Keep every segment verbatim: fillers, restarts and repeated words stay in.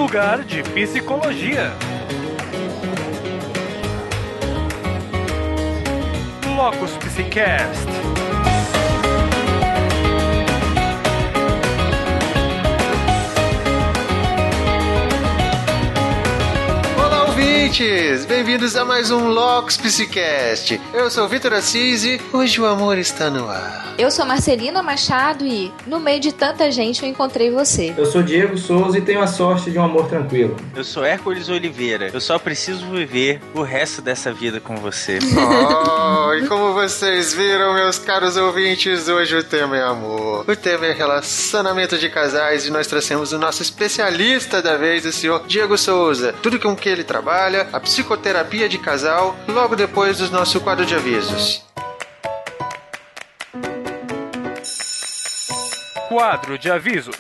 lugar de psicologia. Locus Psicast. Bem-vindos a mais um Locus Psicast. Eu sou o Vitor Assis e hoje o amor está no ar. Eu sou Marcelina Machado e, no meio de tanta gente, eu encontrei você. Eu sou Diego Souza e tenho a sorte de um amor tranquilo. Eu sou Hércules Oliveira. Eu só preciso viver o resto dessa vida com você. Oh, e como vocês viram, meus caros ouvintes, hoje o tema é amor. O tema é relacionamento de casais e nós trouxemos o nosso especialista da vez, o senhor Diego Souza. Tudo com que ele trabalha, a psicoterapia de casal, logo depois do nosso quadro de avisos. Quadro de avisos.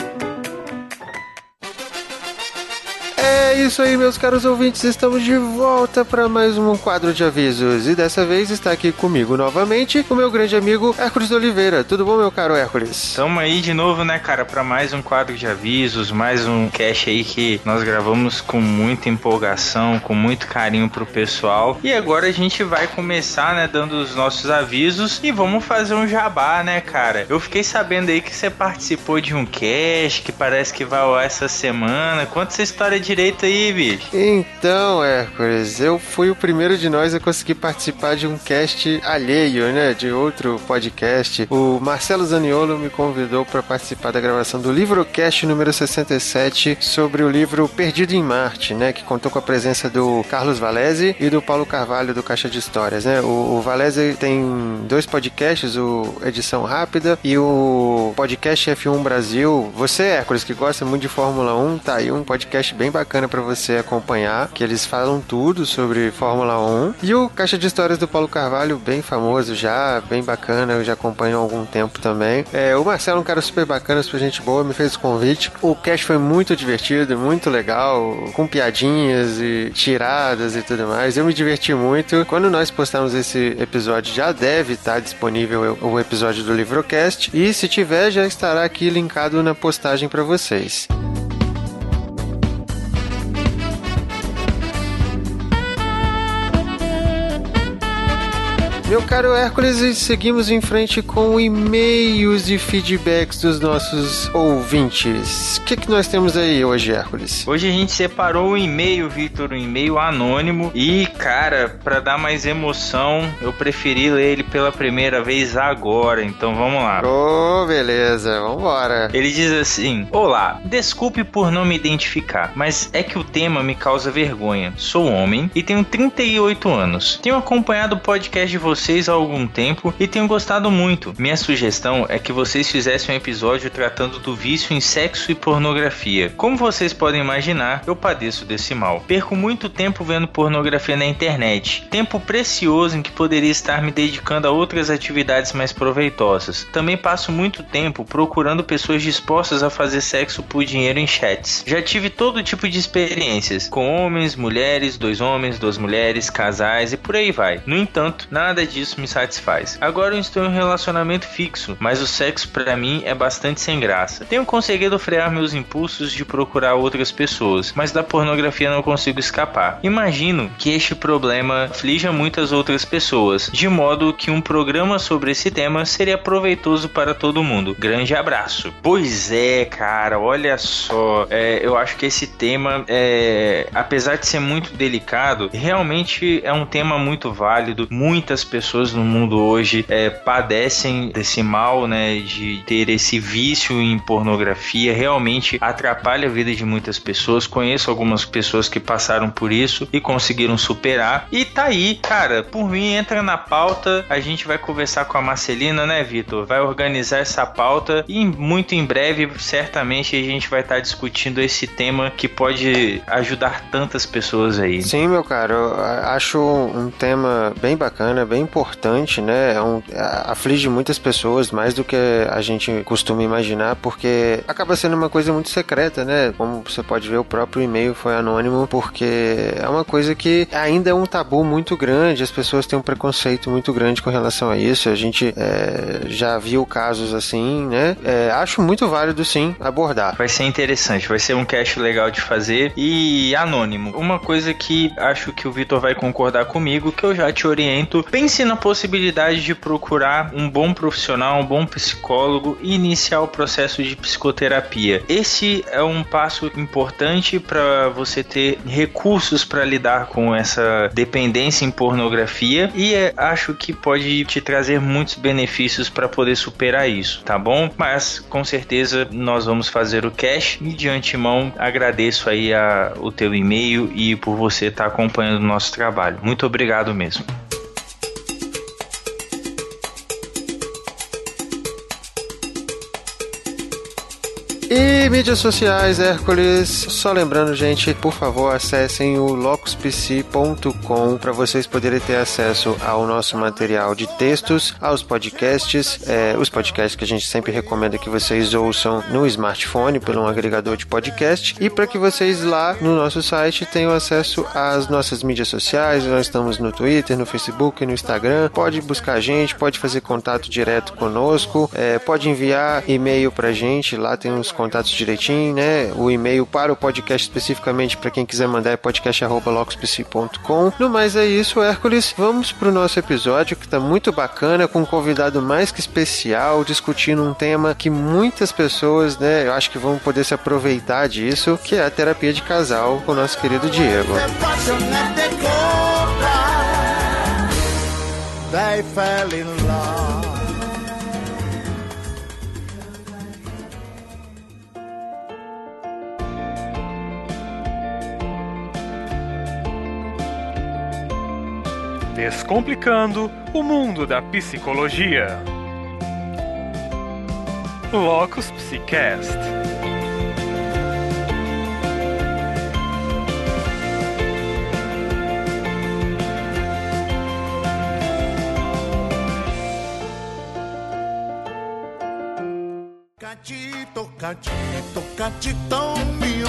É isso aí, meus caros ouvintes, estamos de volta para mais um quadro de avisos e dessa vez está aqui comigo novamente o meu grande amigo Hércules Oliveira. Tudo bom, meu caro Hércules? Tamo aí de novo, né, cara, para mais um quadro de avisos, mais um cast aí que nós gravamos com muita empolgação, com muito carinho pro pessoal. E agora a gente vai começar, né, dando os nossos avisos e vamos fazer um jabá, né, cara? Eu fiquei sabendo aí que você participou de um cast que parece que vai ao ar essa semana. Conta essa história de direito aí, bicho. Então, Hércules, eu fui o primeiro de nós a conseguir participar de um cast alheio, né, de outro podcast. O Marcelo Zaniolo me convidou para participar da gravação do Livrocast número sessenta e sete sobre o livro Perdido em Marte, né, que contou com a presença do Carlos Valese e do Paulo Carvalho do Caixa de Histórias, né. O, o Valese tem dois podcasts, o Edição Rápida e o podcast F um Brasil. Você, Hércules, que gosta muito de Fórmula um, tá aí um podcast bem bacana para você acompanhar, que eles falam tudo sobre Fórmula um. E o Caixa de Histórias do Paulo Carvalho, bem famoso já, bem bacana, eu já acompanho há algum tempo também. É, o Marcelo é um cara super bacana, super gente boa, me fez o convite. O cast foi muito divertido, muito legal, com piadinhas e tiradas e tudo mais. Eu me diverti muito. Quando nós postamos esse episódio, já deve estar disponível o episódio do Livrocast, e se tiver, já estará aqui linkado na postagem para vocês. Meu caro Hércules, seguimos em frente com e-mails e feedbacks dos nossos ouvintes. O que, que nós temos aí hoje, Hércules? Hoje a gente separou um e-mail, Vitor, um e-mail anônimo. E, cara, pra dar mais emoção, eu preferi ler ele pela primeira vez agora. Então vamos lá. Oh, beleza, vambora. Ele diz assim: olá, desculpe por não me identificar, mas é que o tema me causa vergonha. Sou homem e tenho trinta e oito anos. Tenho acompanhado o podcast de vocês vocês há algum tempo e tenho gostado muito. Minha sugestão é que vocês fizessem um episódio tratando do vício em sexo e pornografia. Como vocês podem imaginar, eu padeço desse mal. Perco muito tempo vendo pornografia na internet. Tempo precioso em que poderia estar me dedicando a outras atividades mais proveitosas. Também passo muito tempo procurando pessoas dispostas a fazer sexo por dinheiro em chats. Já tive todo tipo de experiências, com homens, mulheres, dois homens, duas mulheres, casais e por aí vai. No entanto, nada disso me satisfaz. Agora eu estou em um relacionamento fixo, mas o sexo pra mim é bastante sem graça. Tenho conseguido frear meus impulsos de procurar outras pessoas, mas da pornografia não consigo escapar. Imagino que este problema aflija muitas outras pessoas, de modo que um programa sobre esse tema seria proveitoso para todo mundo. Grande abraço. Pois é, cara, olha só, é, eu acho que esse tema, é, apesar de ser muito delicado, realmente é um tema muito válido. Muitas pessoas pessoas no mundo hoje é, padecem desse mal, né, de ter esse vício em pornografia. Realmente atrapalha a vida de muitas pessoas. Conheço algumas pessoas que passaram por isso e conseguiram superar. E tá aí, cara, por mim, entra na pauta. A gente vai conversar com a Marcelina, né, Vitor? Vai organizar essa pauta e muito em breve, certamente, a gente vai estar discutindo esse tema que pode ajudar tantas pessoas aí. Sim, meu caro, eu acho um tema bem bacana, bem importante, né? É um, aflige muitas pessoas, mais do que a gente costuma imaginar, porque acaba sendo uma coisa muito secreta, né? Como você pode ver, o próprio e-mail foi anônimo, porque é uma coisa que ainda é um tabu muito grande, as pessoas têm um preconceito muito grande com relação a isso, a gente é, já viu casos assim, né? É, acho muito válido, sim, abordar. Vai ser interessante, vai ser um cast legal de fazer e anônimo. Uma coisa que acho que o Vitor vai concordar comigo, que eu já te oriento, pense na possibilidade de procurar um bom profissional, um bom psicólogo e iniciar o processo de psicoterapia. Esse é um passo importante para você ter recursos para lidar com essa dependência em pornografia e é, acho que pode te trazer muitos benefícios para poder superar isso, tá bom? Mas com certeza nós vamos fazer o cast e de antemão agradeço aí a, o teu e-mail e por você estar tá acompanhando o nosso trabalho. Muito obrigado mesmo. E mídias sociais, Hércules, só lembrando, gente, por favor, acessem o locus p c ponto com para vocês poderem ter acesso ao nosso material de textos, aos podcasts, é, os podcasts que a gente sempre recomenda que vocês ouçam no smartphone, pelo um agregador de podcast, e para que vocês lá no nosso site tenham acesso às nossas mídias sociais. Nós estamos no Twitter, no Facebook, no Instagram, pode buscar a gente, pode fazer contato direto conosco, é, pode enviar e-mail pra gente, lá tem uns contatos direitinho, né? O e-mail para o podcast especificamente, para quem quiser mandar, é podcast arroba locus p c ponto com. No mais é isso, Hércules. Vamos pro nosso episódio, que tá muito bacana, com um convidado mais que especial, discutindo um tema que muitas pessoas, né, eu acho que vão poder se aproveitar disso, que é a terapia de casal com o nosso querido Diego. They fell in love. Descomplicando o mundo da psicologia. Locus Psicast. Cachito, cachito, cachito mío,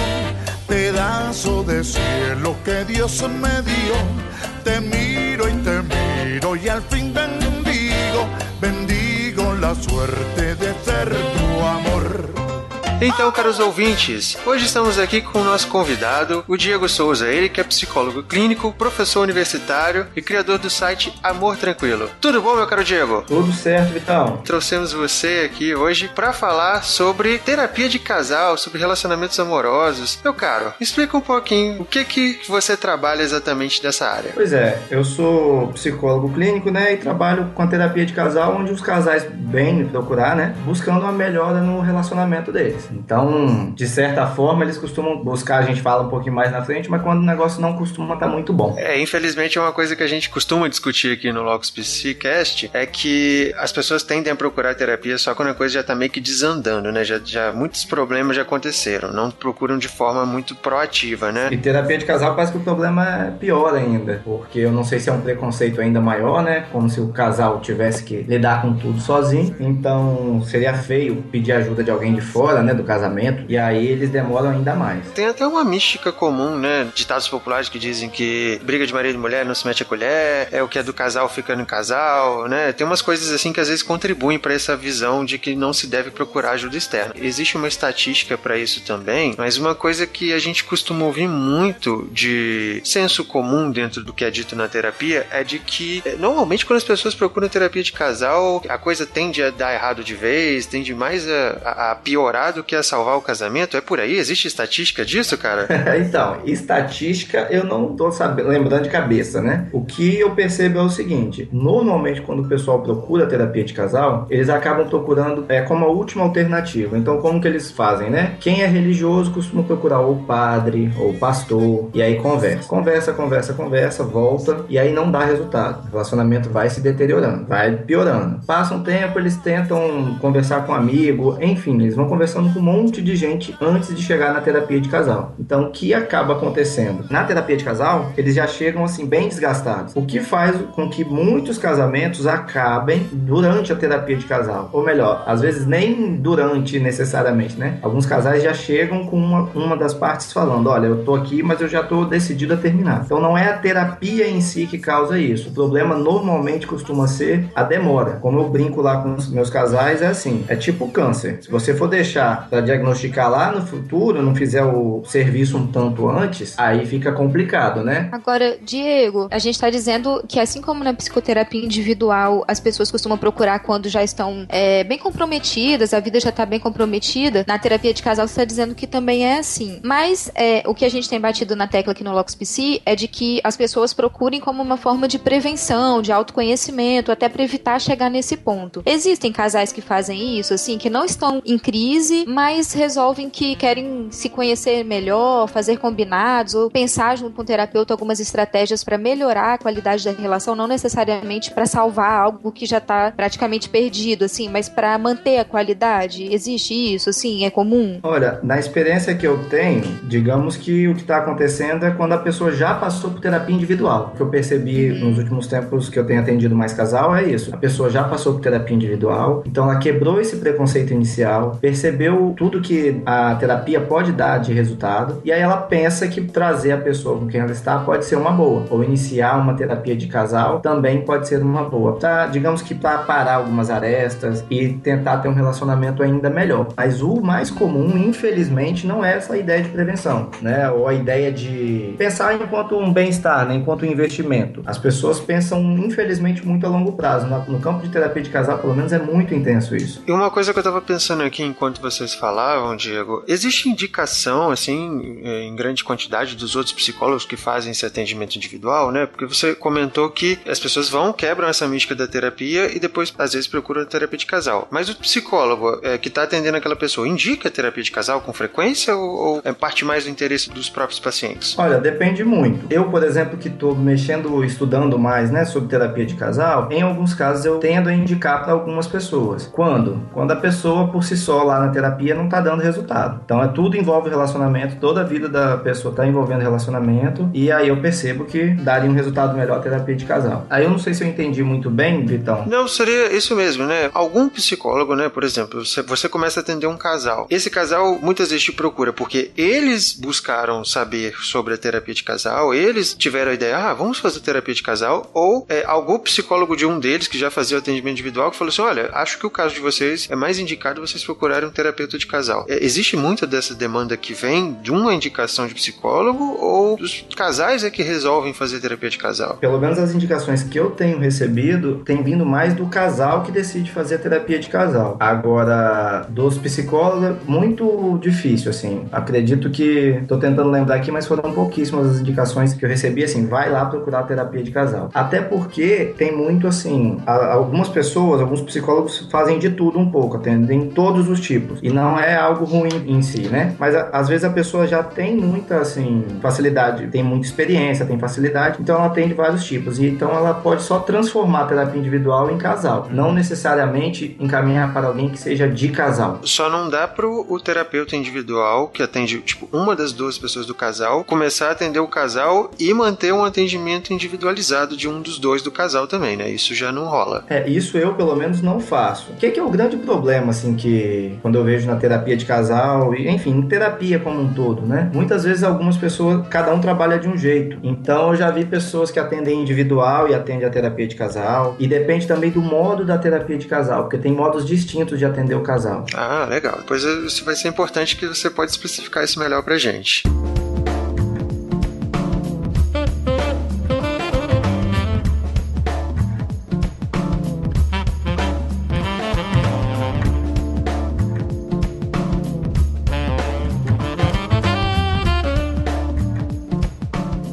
pedazo de cielo que Dios me dio. Te miro y te miro y al fin bendigo, bendigo la suerte de ser tu amor. Então, caros ouvintes, hoje estamos aqui com o nosso convidado, o Diego Souza, ele que é psicólogo clínico, professor universitário e criador do site Amor Tranquilo. Tudo bom, meu caro Diego? Tudo certo, Vitão. Trouxemos você aqui hoje para falar sobre terapia de casal, sobre relacionamentos amorosos. Meu caro, explica um pouquinho o que que você trabalha exatamente nessa área. Pois é, eu sou psicólogo clínico, né, e trabalho com a terapia de casal, onde os casais vêm me procurar, né, buscando uma melhora no relacionamento deles. Então, de certa forma, eles costumam buscar, a gente fala um pouquinho mais na frente, mas quando o negócio não costuma estar muito bom. É, infelizmente é uma coisa que a gente costuma discutir aqui no Locus Psicast, é que as pessoas tendem a procurar terapia só quando a coisa já tá meio que desandando, né? Já, já muitos problemas já aconteceram, não procuram de forma muito proativa, né? E terapia de casal parece que o problema é pior ainda, porque eu não sei se é um preconceito ainda maior, né? Como se o casal tivesse que lidar com tudo sozinho, então seria feio pedir ajuda de alguém de fora, né? Do casamento, e aí eles demoram ainda mais. Tem até uma mística comum, né? Ditados populares que dizem que briga de marido e mulher não se mete a colher, é o que é do casal fica no casal, né? Tem umas coisas assim que às vezes contribuem para essa visão de que não se deve procurar ajuda externa. Existe uma estatística para isso também, mas uma coisa que a gente costuma ouvir muito de senso comum dentro do que é dito na terapia é de que normalmente quando as pessoas procuram terapia de casal, a coisa tende a dar errado de vez, tende mais a, a piorar do que a salvar o casamento. É por aí? Existe estatística disso, cara? Então, estatística eu não tô sabendo, lembrando de cabeça, né? O que eu percebo é o seguinte, normalmente quando o pessoal procura terapia de casal, eles acabam procurando é, como a última alternativa. Então, como que eles fazem, né? Quem é religioso costuma procurar ou padre, ou pastor, e aí conversa. Conversa, conversa, conversa, volta, e aí não dá resultado. O relacionamento vai se deteriorando, vai piorando. Passa um tempo, eles tentam conversar com um amigo, enfim, eles vão conversando com com um monte de gente antes de chegar na terapia de casal. Então, o que acaba acontecendo? Na terapia de casal, eles já chegam assim bem desgastados, o que faz com que muitos casamentos acabem durante a terapia de casal. Ou melhor, às vezes nem durante necessariamente, né? Alguns casais já chegam com uma, uma das partes falando, olha, eu tô aqui, mas eu já tô decidido a terminar. Então não é a terapia em si que causa isso. O problema normalmente costuma ser a demora. Como eu brinco lá com os meus casais, é assim, é tipo câncer. Se você for deixar para diagnosticar lá no futuro, não fizer o serviço um tanto antes, aí fica complicado, né? Agora, Diego, a gente tá dizendo que assim como na psicoterapia individual, as pessoas costumam procurar quando já estão é, bem comprometidas, a vida já tá bem comprometida, na terapia de casal você tá dizendo que também é assim. Mas é, o que a gente tem batido na tecla aqui no Locus Psi é de que as pessoas procurem como uma forma de prevenção, de autoconhecimento, até para evitar chegar nesse ponto. Existem casais que fazem isso, assim, que não estão em crise, mas resolvem que querem se conhecer melhor, fazer combinados, ou pensar junto com o terapeuta algumas estratégias para melhorar a qualidade da relação, não necessariamente para salvar algo que já tá praticamente perdido, assim, mas para manter a qualidade. Existe isso, assim? É comum? Olha, na experiência que eu tenho, digamos que o que está acontecendo é quando a pessoa já passou por terapia individual. O que eu percebi uhum. nos últimos tempos que eu tenho atendido mais casal é isso. A pessoa já passou por terapia individual, então ela quebrou esse preconceito inicial, percebeu tudo que a terapia pode dar de resultado, e aí ela pensa que trazer a pessoa com quem ela está pode ser uma boa, ou iniciar uma terapia de casal também pode ser uma boa. Tá, digamos que para parar algumas arestas e tentar ter um relacionamento ainda melhor. Mas o mais comum, infelizmente, não é essa ideia de prevenção, né? Ou a ideia de pensar enquanto um bem-estar, né? Enquanto um investimento. As pessoas pensam, infelizmente, muito a longo prazo. No campo de terapia de casal, pelo menos, é muito intenso isso. E uma coisa que eu tava pensando aqui enquanto vocês falavam, Diego, existe indicação, assim, em grande quantidade dos outros psicólogos que fazem esse atendimento individual, né? Porque você comentou que as pessoas vão, quebram essa mística da terapia e depois, às vezes, procuram a terapia de casal. Mas o psicólogo é, que tá atendendo aquela pessoa, indica a terapia de casal com frequência ou, ou é parte mais do interesse dos próprios pacientes? Olha, depende muito. Eu, por exemplo, que tô mexendo, estudando mais, né, sobre terapia de casal, em alguns casos eu tendo a indicar para algumas pessoas. Quando? Quando a pessoa, por si só, lá na terapia, não tá dando resultado. Então, é tudo envolve relacionamento, toda a vida da pessoa tá envolvendo relacionamento, e aí eu percebo que daria um resultado melhor a terapia de casal. Aí eu não sei se eu entendi muito bem, Vitão. Não, seria isso mesmo, né? Algum psicólogo, né, por exemplo, você, você começa a atender um casal. Esse casal muitas vezes te procura porque eles buscaram saber sobre a terapia de casal, eles tiveram a ideia, ah, vamos fazer terapia de casal, ou é, algum psicólogo de um deles que já fazia o atendimento individual que falou assim, olha, acho que o caso de vocês é mais indicado vocês procurarem um terapeuta de casal. É, existe muita dessa demanda que vem de uma indicação de psicólogo ou os casais é que resolvem fazer terapia de casal? Pelo menos as indicações que eu tenho recebido tem vindo mais do casal que decide fazer a terapia de casal. Agora, dos psicólogos é muito difícil, assim. Acredito que, tô tentando lembrar aqui, mas foram pouquíssimas as indicações que eu recebi, assim, vai lá procurar terapia de casal. Até porque tem muito, assim, a, algumas pessoas, alguns psicólogos fazem de tudo um pouco, atendem todos os tipos. E não é algo ruim em si, né? Mas a, às vezes a pessoa já tem muita, assim, facilidade, tem muita experiência, tem facilidade, então ela atende vários tipos. E então ela pode só transformar a terapia individual em casal, não necessariamente encaminhar para alguém que seja de casal. Só não dá pro o terapeuta individual, que atende, tipo, uma das duas pessoas do casal, começar a atender o casal e manter um atendimento individualizado de um dos dois do casal também, né? Isso já não rola. É, isso eu, pelo menos, não faço. O que é, que é o grande problema, assim, que quando eu vejo na terapia de casal, e, enfim, em terapia como um todo, né? Muitas vezes algumas pessoas, cada um trabalha de um jeito. Então, eu já vi pessoas que atendem individual e atendem a terapia de casal. E depende também do modo da terapia de casal, porque tem modos distintos de atender o casal. Ah, legal. Depois isso vai ser importante que você pode especificar isso melhor pra gente. É,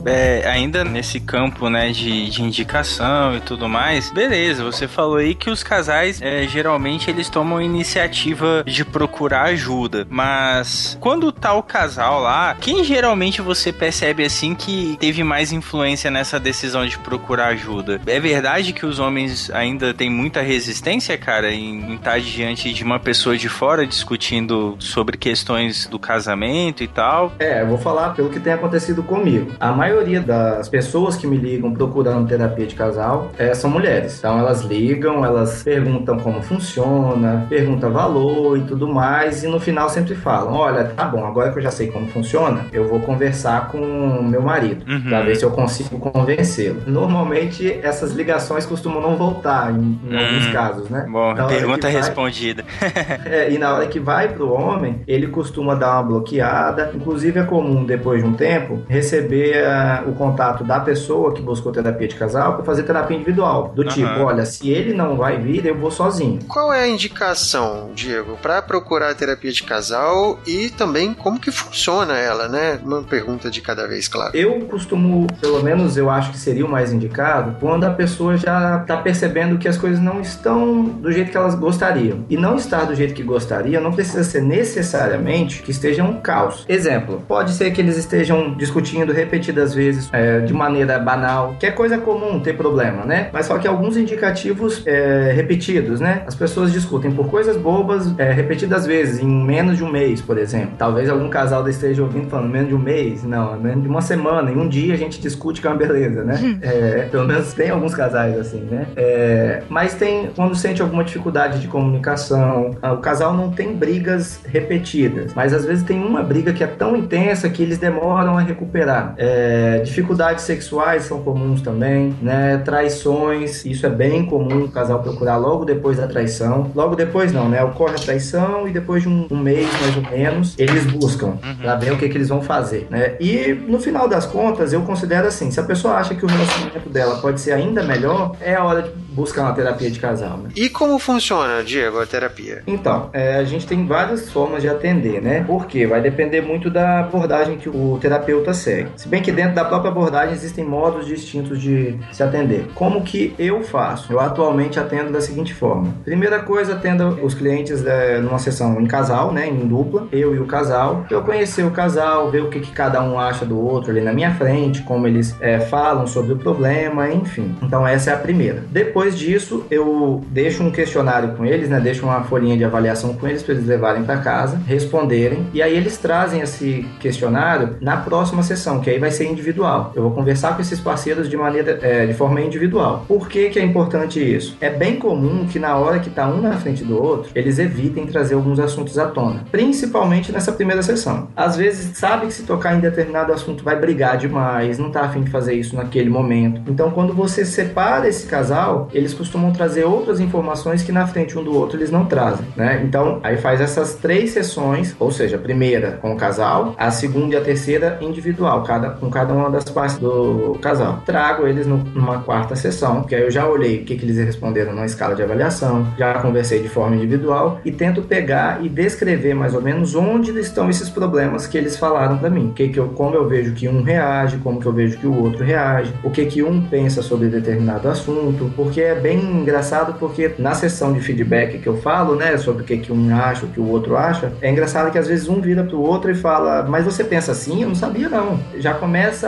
ainda nesse campo, né, de, de indicação e tudo mais, beleza, você falou aí que os casais, é, geralmente, eles tomam iniciativa de procurar ajuda, mas quando tá o casal lá, quem geralmente você percebe, assim, que teve mais influência nessa decisão de procurar ajuda? É verdade que os homens ainda têm muita resistência, cara, em estar diante de uma pessoa de fora discutindo sobre questões do casamento e tal? É, eu vou falar pelo que tem acontecido comigo. A maioria das pessoas que me ligam procurando terapia de casal é, são mulheres. Então elas ligam, elas perguntam como funciona, perguntam valor e tudo mais, e no final sempre falam, olha, tá bom, agora que eu já sei como funciona, eu vou conversar com meu marido, uhum, pra ver se eu consigo convencê-lo. Normalmente essas ligações costumam não voltar em, em hum, alguns casos, né? Bom, pergunta vai, respondida. é, e na hora que vai pro homem, ele costuma dar uma bloqueada. Inclusive é comum, depois de um tempo, receber uh, o contato da pessoa que buscou terapia de casal para fazer terapia individual. Do uhum. tipo, olha, se ele não vai vir, eu vou sozinho. Qual é a indicação, Diego, para procurar a terapia de casal e também como que funciona ela, né? Uma pergunta de cada vez, claro. Eu costumo, pelo menos eu acho que seria o mais indicado, quando a pessoa já tá percebendo que as coisas não estão do jeito que elas gostariam. E não estar do jeito que gostaria não precisa ser necessariamente que esteja um caos. Exemplo, pode ser que eles estejam discutindo repetidas vezes é, de maneira banal, que é coisa comum ter problema, né? Mas só que alguns indicativos é, repetidos, né? As pessoas discutem por coisas bobas é, repetidas vezes, em menos de um mês, por exemplo. Talvez algum casal esteja ouvindo falando menos de um mês, não, menos de uma semana, em um dia a gente discute que é uma beleza, né? É, pelo menos tem alguns casais assim, né? É, mas tem, quando sente alguma dificuldade de comunicação, o casal não tem brigas repetidas, mas às vezes tem uma briga que é tão intensa que eles demoram a recuperar. É, dificuldades sexuais são comuns também, né? Traições, isso é bem comum o casal procurar logo depois da traição. Logo depois não, né? Ocorre a traição e depois de um, um mês mais ou menos, eles buscam uhum. pra ver o que, que eles vão fazer, né? E no final das contas, eu considero assim, se a pessoa acha que o relacionamento dela pode ser ainda melhor, é a hora de buscar uma terapia de casal, né? E como funciona, Diego, a terapia? Então, é, a gente tem várias formas de atender, né? Porque vai depender muito da abordagem que o terapeuta segue. Se bem que dentro da própria abordagem existem modos distintos de se atender. Como que eu faço? Eu atualmente atendo da seguinte forma. Primeira coisa, atendo os clientes é, numa sessão em casal, né? Em dupla, eu e o casal. Eu conhecer o casal, ver o que, que cada um acha do outro ali na minha frente, como eles é, falam sobre o problema, enfim. Então essa é a primeira. Depois disso, eu deixo um questionário com eles, né? Deixo uma folhinha de avaliação com eles para eles levarem para casa, responderem, e aí eles trazem esse questionário na próxima sessão, que aí vai ser individual. Eu vou conversar com esses parceiros de maneira, é, de forma individual. Por que que é importante isso? É bem comum que na hora que tá um na frente do outro, eles evitem trazer alguns assuntos à tona, principalmente nessa primeira sessão. Às vezes, sabe que se tocar em determinado assunto vai brigar demais, não tá a fim de fazer isso naquele momento. Então, quando você separa esse casal, eles costumam trazer outras informações que na frente um do outro eles não trazem, né? Então, aí faz essas três sessões, ou seja, a primeira com o casal, a segunda e a terceira individual, cada, com cada uma das partes do casal. Trago eles no, numa quarta sessão, que aí eu já olhei o que, que eles responderam na escala de avaliação, já conversei de forma individual e tento pegar e descrever mais ou menos onde estão esses problemas que eles falaram para mim. Que que eu, como eu vejo que um reage, como que eu vejo que o outro reage, o que que um pensa sobre determinado assunto, porque é bem engraçado, porque na sessão de feedback que eu falo, né, sobre o que, que um acha, o que o outro acha, é engraçado que às vezes um vira pro outro e fala, mas você pensa assim? Eu não sabia não. Já começa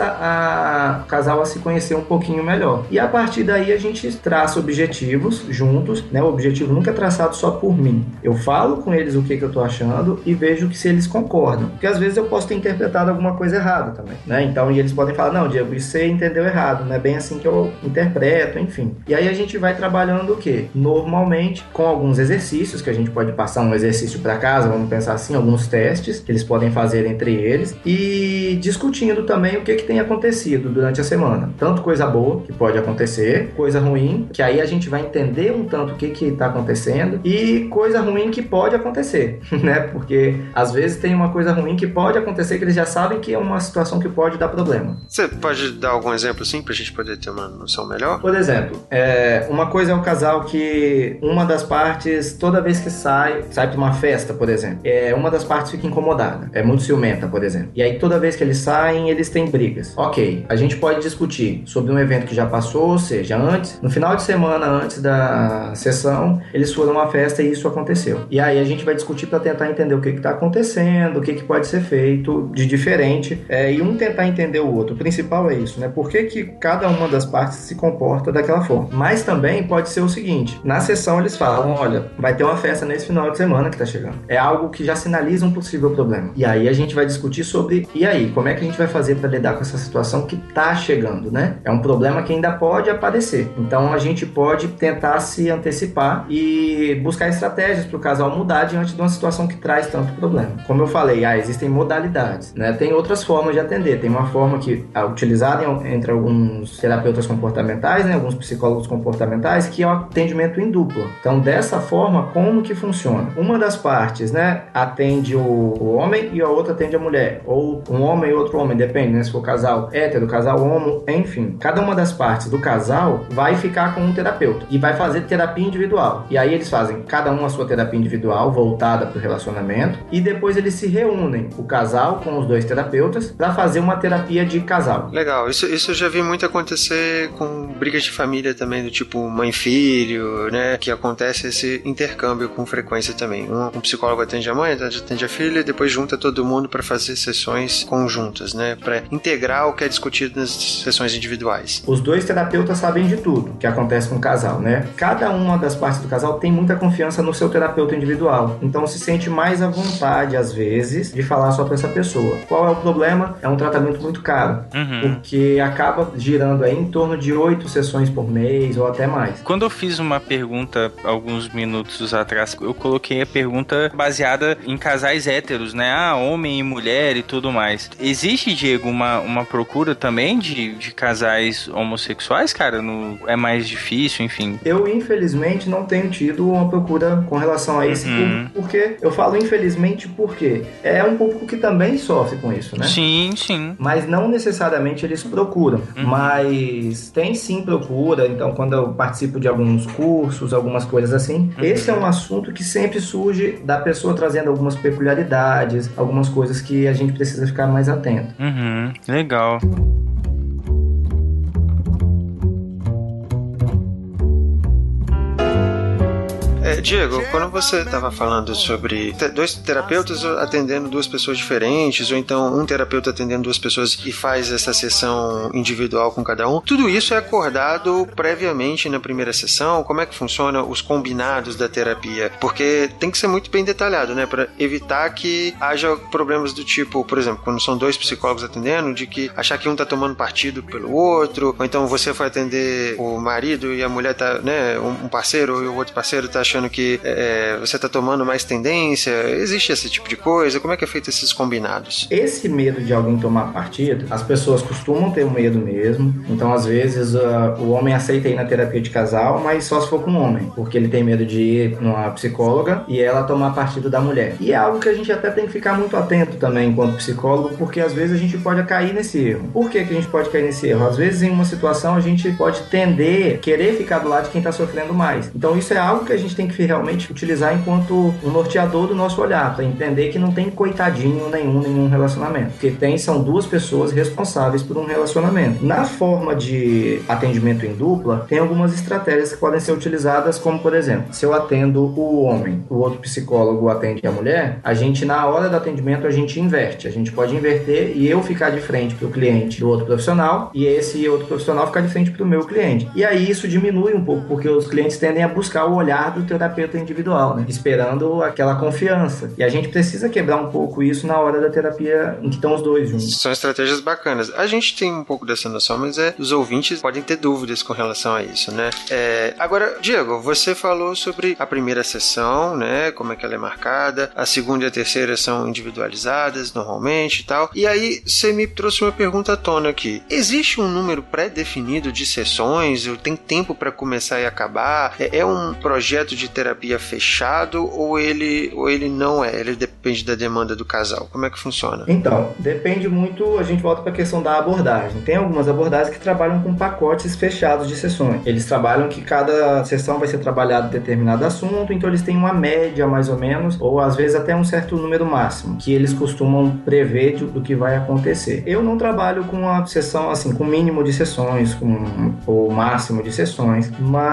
a, o casal a se conhecer um pouquinho melhor. E a partir daí a gente traça objetivos juntos, né, o objetivo nunca é traçado só por mim. Eu falo com eles o que, que eu tô achando e vejo que se eles concordam. Porque às vezes eu posso ter interpretado alguma coisa errada também, né? Então, e eles podem falar, não, Diego, isso você entendeu errado, não é bem assim que eu interpreto, enfim. E aí a gente vai trabalhando o quê? Normalmente com alguns exercícios, que a gente pode passar um exercício para casa, vamos pensar assim, alguns testes que eles podem fazer entre eles e discutindo também o que, que tem acontecido durante a semana. Tanto coisa boa, que pode acontecer, coisa ruim, que aí a gente vai entender um tanto o que que tá acontecendo e coisa ruim que pode acontecer, né? Porque às vezes tem uma coisa ruim que pode acontecer que eles já sabem que é uma situação que pode dar problema. Você pode dar algum exemplo assim pra gente poder ter uma noção melhor? Por exemplo, é... É, uma coisa é o casal que uma das partes, toda vez que sai, sai pra uma festa, por exemplo, é, uma das partes fica incomodada, é muito ciumenta, por exemplo. E aí toda vez que eles saem, eles têm brigas. Ok, a gente pode discutir sobre um evento que já passou, ou seja, antes, no final de semana antes da sessão, eles foram a uma festa e isso aconteceu. E aí a gente vai discutir para tentar entender o que está acontecendo, o que, que pode ser feito de diferente, é, e um tentar entender o outro. O principal é isso, né? Por que, que cada uma das partes se comporta daquela forma. Mas também pode ser o seguinte, na sessão eles falam, olha, vai ter uma festa nesse final de semana que está chegando. É algo que já sinaliza um possível problema. E aí a gente vai discutir sobre, e aí, como é que a gente vai fazer para lidar com essa situação que está chegando, né? É um problema que ainda pode aparecer. Então a gente pode tentar se antecipar e buscar estratégias para o casal mudar diante de uma situação que traz tanto problema. Como eu falei, ah, existem modalidades, né? Tem outras formas de atender. Tem uma forma que é utilizada entre alguns terapeutas comportamentais, né? Alguns psicólogos comportamentais, que é o atendimento em dupla. Então, dessa forma, como que funciona? Uma das partes, né, atende o, o homem e a outra atende a mulher. Ou um homem e outro homem, depende, né? Se for casal hétero, casal homo, enfim. Cada uma das partes do casal vai ficar com um terapeuta e vai fazer terapia individual. E aí eles fazem cada um a sua terapia individual, voltada para o relacionamento, e depois eles se reúnem, o casal com os dois terapeutas, para fazer uma terapia de casal. Legal, isso, isso eu já vi muito acontecer com brigas de família também, do tipo mãe e filho, né, que acontece esse intercâmbio com frequência também. Um, um psicólogo atende a mãe, atende a filha, e depois junta todo mundo para fazer sessões conjuntas, né, para integrar o que é discutido nas sessões individuais. Os dois terapeutas sabem de tudo que acontece com o casal, né? Cada uma das partes do casal tem muita confiança no seu terapeuta individual, então se sente mais à vontade, às vezes, de falar só para essa pessoa. Qual é o problema? É um tratamento muito caro, uhum. porque acaba girando aí em torno de oito sessões por mês ou até mais. Quando eu fiz uma pergunta alguns minutos atrás, eu coloquei a pergunta baseada em casais héteros, né? Ah, homem e mulher e tudo mais. Existe, Diego, uma, uma procura também de, de casais homossexuais, cara? No, é mais difícil, enfim? Eu, infelizmente, não tenho tido uma procura com relação a esse uhum. público, porque eu falo infelizmente porque é um público que também sofre com isso, né? Sim, sim. Mas não necessariamente eles procuram, uhum. mas tem sim procura. Então, quando eu participo de alguns cursos, algumas coisas assim, uhum. esse é um assunto que sempre surge da pessoa trazendo algumas peculiaridades, algumas coisas que a gente precisa ficar mais atento. Uhum. Legal. É, Diego, quando você estava falando sobre dois terapeutas atendendo duas pessoas diferentes, ou então um terapeuta atendendo duas pessoas e faz essa sessão individual com cada um, tudo isso é acordado previamente na primeira sessão? Como é que funciona os combinados da terapia? Porque tem que ser muito bem detalhado, né, para evitar que haja problemas do tipo, por exemplo, quando são dois psicólogos atendendo, de que achar que um tá tomando partido pelo outro, ou então você foi atender o marido e a mulher tá, né, um parceiro e o outro parceiro tá achando que é, você tá tomando mais tendência. Existe esse tipo de coisa? Como é que é feito esses combinados? Esse medo de alguém tomar partido, as pessoas costumam ter um medo mesmo. Então, às vezes, uh, o homem aceita ir na terapia de casal, mas só se for com um homem, porque ele tem medo de ir numa psicóloga e ela tomar partido da mulher. E é algo que a gente até tem que ficar muito atento também enquanto psicólogo, porque às vezes a gente pode cair nesse erro. Por que que a gente pode cair nesse erro? Às vezes, em uma situação, a gente pode tender, querer ficar do lado de quem tá sofrendo mais. Então, isso é algo que a gente tem que realmente utilizar enquanto um norteador do nosso olhar, para entender que não tem coitadinho nenhum, nenhum relacionamento. O que tem são duas pessoas responsáveis por um relacionamento. Na forma de atendimento em dupla, tem algumas estratégias que podem ser utilizadas, como por exemplo, se eu atendo o homem, o outro psicólogo atende a mulher, a gente na hora do atendimento a gente inverte. A gente pode inverter e eu ficar de frente para o cliente do outro profissional e esse outro profissional ficar de frente para o meu cliente. E aí isso diminui um pouco, porque os clientes tendem a buscar o olhar do terapeuta individual, né? Esperando aquela confiança. E a gente precisa quebrar um pouco isso na hora da terapia em que estão os dois juntos. São estratégias bacanas. A gente tem um pouco dessa noção, mas é, os ouvintes podem ter dúvidas com relação a isso, né? É, agora, Diego, você falou sobre a primeira sessão, né? Como é que ela é marcada. A segunda e a terceira são individualizadas normalmente e tal. E aí, você me trouxe uma pergunta à tona aqui. Existe um número pré-definido de sessões? Tem tempo para começar e acabar? É, é um projeto de terapia fechado ou ele, ou ele não é? Ele depende da demanda do casal. Como é que funciona? Então, depende muito, a gente volta para a questão da abordagem. Tem algumas abordagens que trabalham com pacotes fechados de sessões. Eles trabalham que cada sessão vai ser trabalhado determinado assunto, então eles têm uma média mais ou menos, ou às vezes até um certo número máximo, que eles costumam prever de, do que vai acontecer. Eu não trabalho com a sessão, assim, com mínimo de sessões, com o máximo de sessões,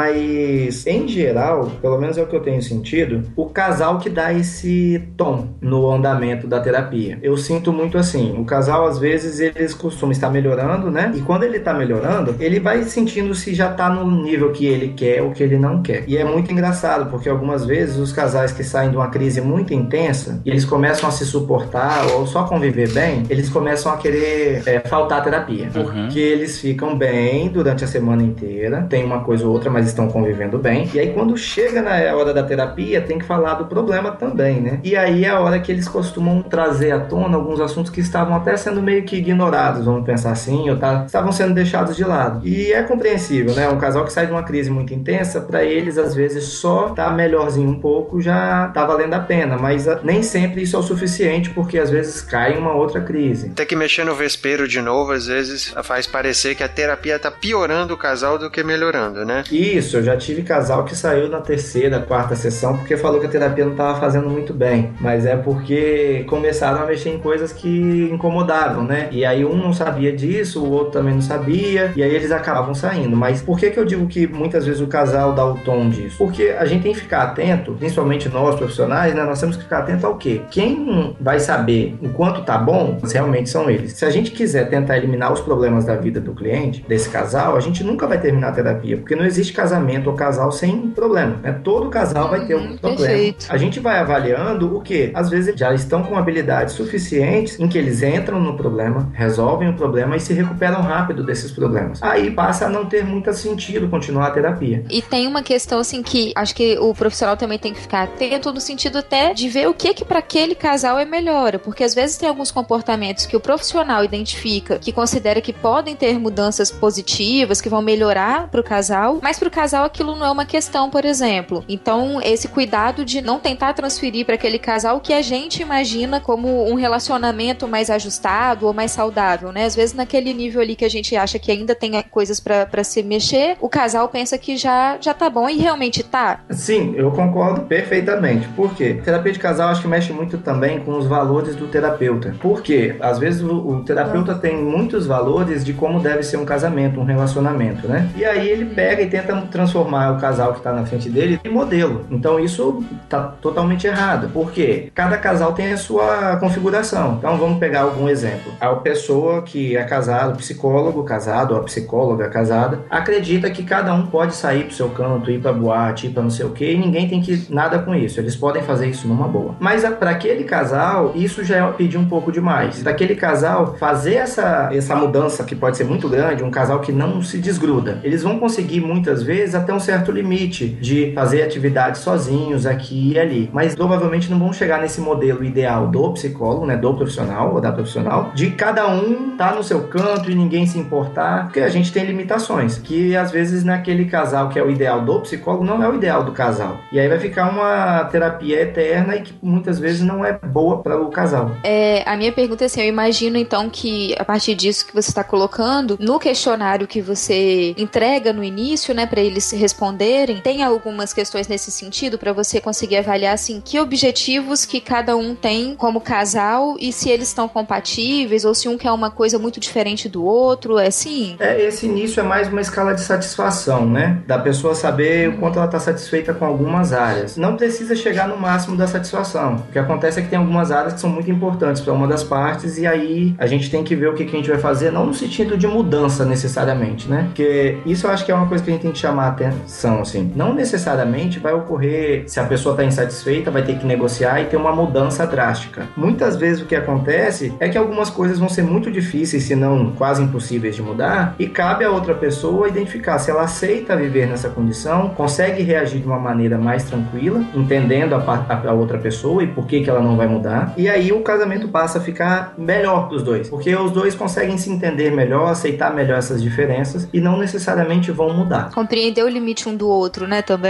mas em geral, pelo menos é o que eu tenho sentido, o casal que dá esse tom no andamento da terapia. Eu sinto muito assim, o casal às vezes eles costumam estar melhorando, né? E quando ele tá melhorando, ele vai sentindo se já tá no nível que ele quer ou que ele não quer. E é muito engraçado, porque algumas vezes os casais que saem de uma crise muito intensa, e eles começam a se suportar ou só conviver bem, eles começam a querer é, faltar a terapia. Uhum. Porque eles ficam bem durante a semana inteira, tem uma coisa ou outra, mas estão convivendo bem. E aí quando chega na hora da terapia, tem que falar do problema também, né? E aí é a hora que eles costumam trazer à tona alguns assuntos que estavam até sendo meio que ignorados, vamos pensar assim, ou tá, estavam sendo deixados de lado. E é compreensível, né? Um casal que sai de uma crise muito intensa, para eles, às vezes, só tá melhorzinho um pouco já tá valendo a pena, mas a, nem sempre isso é o suficiente, porque às vezes cai uma outra crise. Ter que mexer no vespeiro de novo, às vezes, faz parecer que a terapia tá piorando o casal do que melhorando, né? Isso, eu já tive casal que saiu na terceira, quarta sessão, porque falou que a terapia não tava fazendo muito bem, mas é porque começaram a mexer em coisas que incomodavam, né? E aí um não sabia disso, o outro também não sabia, e aí eles acabavam saindo. Mas por que que eu digo que muitas vezes o casal dá o tom disso? Porque a gente tem que ficar atento, principalmente nós profissionais, né? Nós temos que ficar atento ao quê? Quem vai saber o quanto tá bom, realmente são eles. Se a gente quiser tentar eliminar os problemas da vida do cliente, desse casal, a gente nunca vai terminar a terapia, porque não existe casamento ou casal sem problema, né? Todo casal vai ter um problema. Perfeito. A gente vai avaliando o quê? Às vezes eles já estão com habilidades suficientes em que eles entram no problema, resolvem o problema e se recuperam rápido desses problemas. Aí passa a não ter muito sentido continuar a terapia. E tem uma questão assim que acho que o profissional também tem que ficar atento no sentido até de ver o que que para aquele casal é melhor, porque às vezes tem alguns comportamentos que o profissional identifica, que considera que podem ter mudanças positivas, que vão melhorar pro casal, mas pro casal aquilo não é uma questão, por exemplo. Então, esse cuidado de não tentar transferir para aquele casal o que a gente imagina como um relacionamento mais ajustado ou mais saudável, né? Às vezes naquele nível ali que a gente acha que ainda tem coisas para se mexer, o casal pensa que já, já tá bom e realmente tá. Sim, eu concordo perfeitamente. Por quê? Terapia de casal acho que mexe muito também com os valores do terapeuta. Por quê? Às vezes o, o terapeuta ah. tem muitos valores de como deve ser um casamento, um relacionamento, né? E aí ele pega e tenta transformar o casal que tá na frente dele em modelo. Então isso tá totalmente errado. Por quê? Cada casal tem a sua configuração. Então vamos pegar algum exemplo. A pessoa que é casada, o psicólogo casado, ou a psicóloga casada, acredita que cada um pode sair pro seu canto, ir pra boate, ir pra não sei o que, e ninguém tem que nada com isso. Eles podem fazer isso numa boa. Mas para aquele casal, isso já é pedir um pouco demais. Para aquele casal, fazer essa, essa mudança que pode ser muito grande, um casal que não se desgruda, eles vão conseguir muitas vezes até um certo limite de fazer atividades sozinhos aqui e ali. Mas provavelmente não vão chegar nesse modelo ideal do psicólogo, né, do profissional ou da profissional, de cada um tá no seu canto e ninguém se importar, porque a gente tem limitações, que às vezes naquele casal que é o ideal do psicólogo não é o ideal do casal. E aí vai ficar uma terapia eterna e que muitas vezes não é boa para o casal. É, a minha pergunta é assim, eu imagino então que a partir disso que você está colocando, no questionário que você entrega no início, né, para eles responderem, tem algumas questões nesse sentido para você conseguir avaliar assim, que objetivos que cada um tem como casal e se eles estão compatíveis ou se um quer uma coisa muito diferente do outro, é assim? É, esse início é mais uma escala de satisfação, né? Da pessoa saber o quanto ela está satisfeita com algumas áreas. Não precisa chegar no máximo da satisfação. O que acontece é que tem algumas áreas que são muito importantes para uma das partes e aí a gente tem que ver o que, que a gente vai fazer, não no sentido de mudança necessariamente, né? Porque isso eu acho que é uma coisa que a gente tem que chamar a atenção, assim. Não necessariamente vai ocorrer, se a pessoa está insatisfeita, vai ter que negociar e ter uma mudança drástica. Muitas vezes o que acontece é que algumas coisas vão ser muito difíceis, se não quase impossíveis de mudar, e cabe a outra pessoa identificar se ela aceita viver nessa condição, consegue reagir de uma maneira mais tranquila, entendendo a, a, a outra pessoa e por que, que ela não vai mudar, e aí o casamento passa a ficar melhor para os dois, porque os dois conseguem se entender melhor, aceitar melhor essas diferenças e não necessariamente vão mudar. Compreender o limite um do outro, né, também. E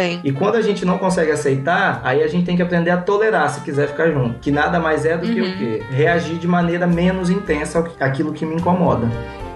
quando a gente não consegue aceitar, aí a gente tem que aprender a tolerar se quiser ficar junto. Que nada mais é do uhum. que o quê? Reagir de maneira menos intensa àquilo que me incomoda.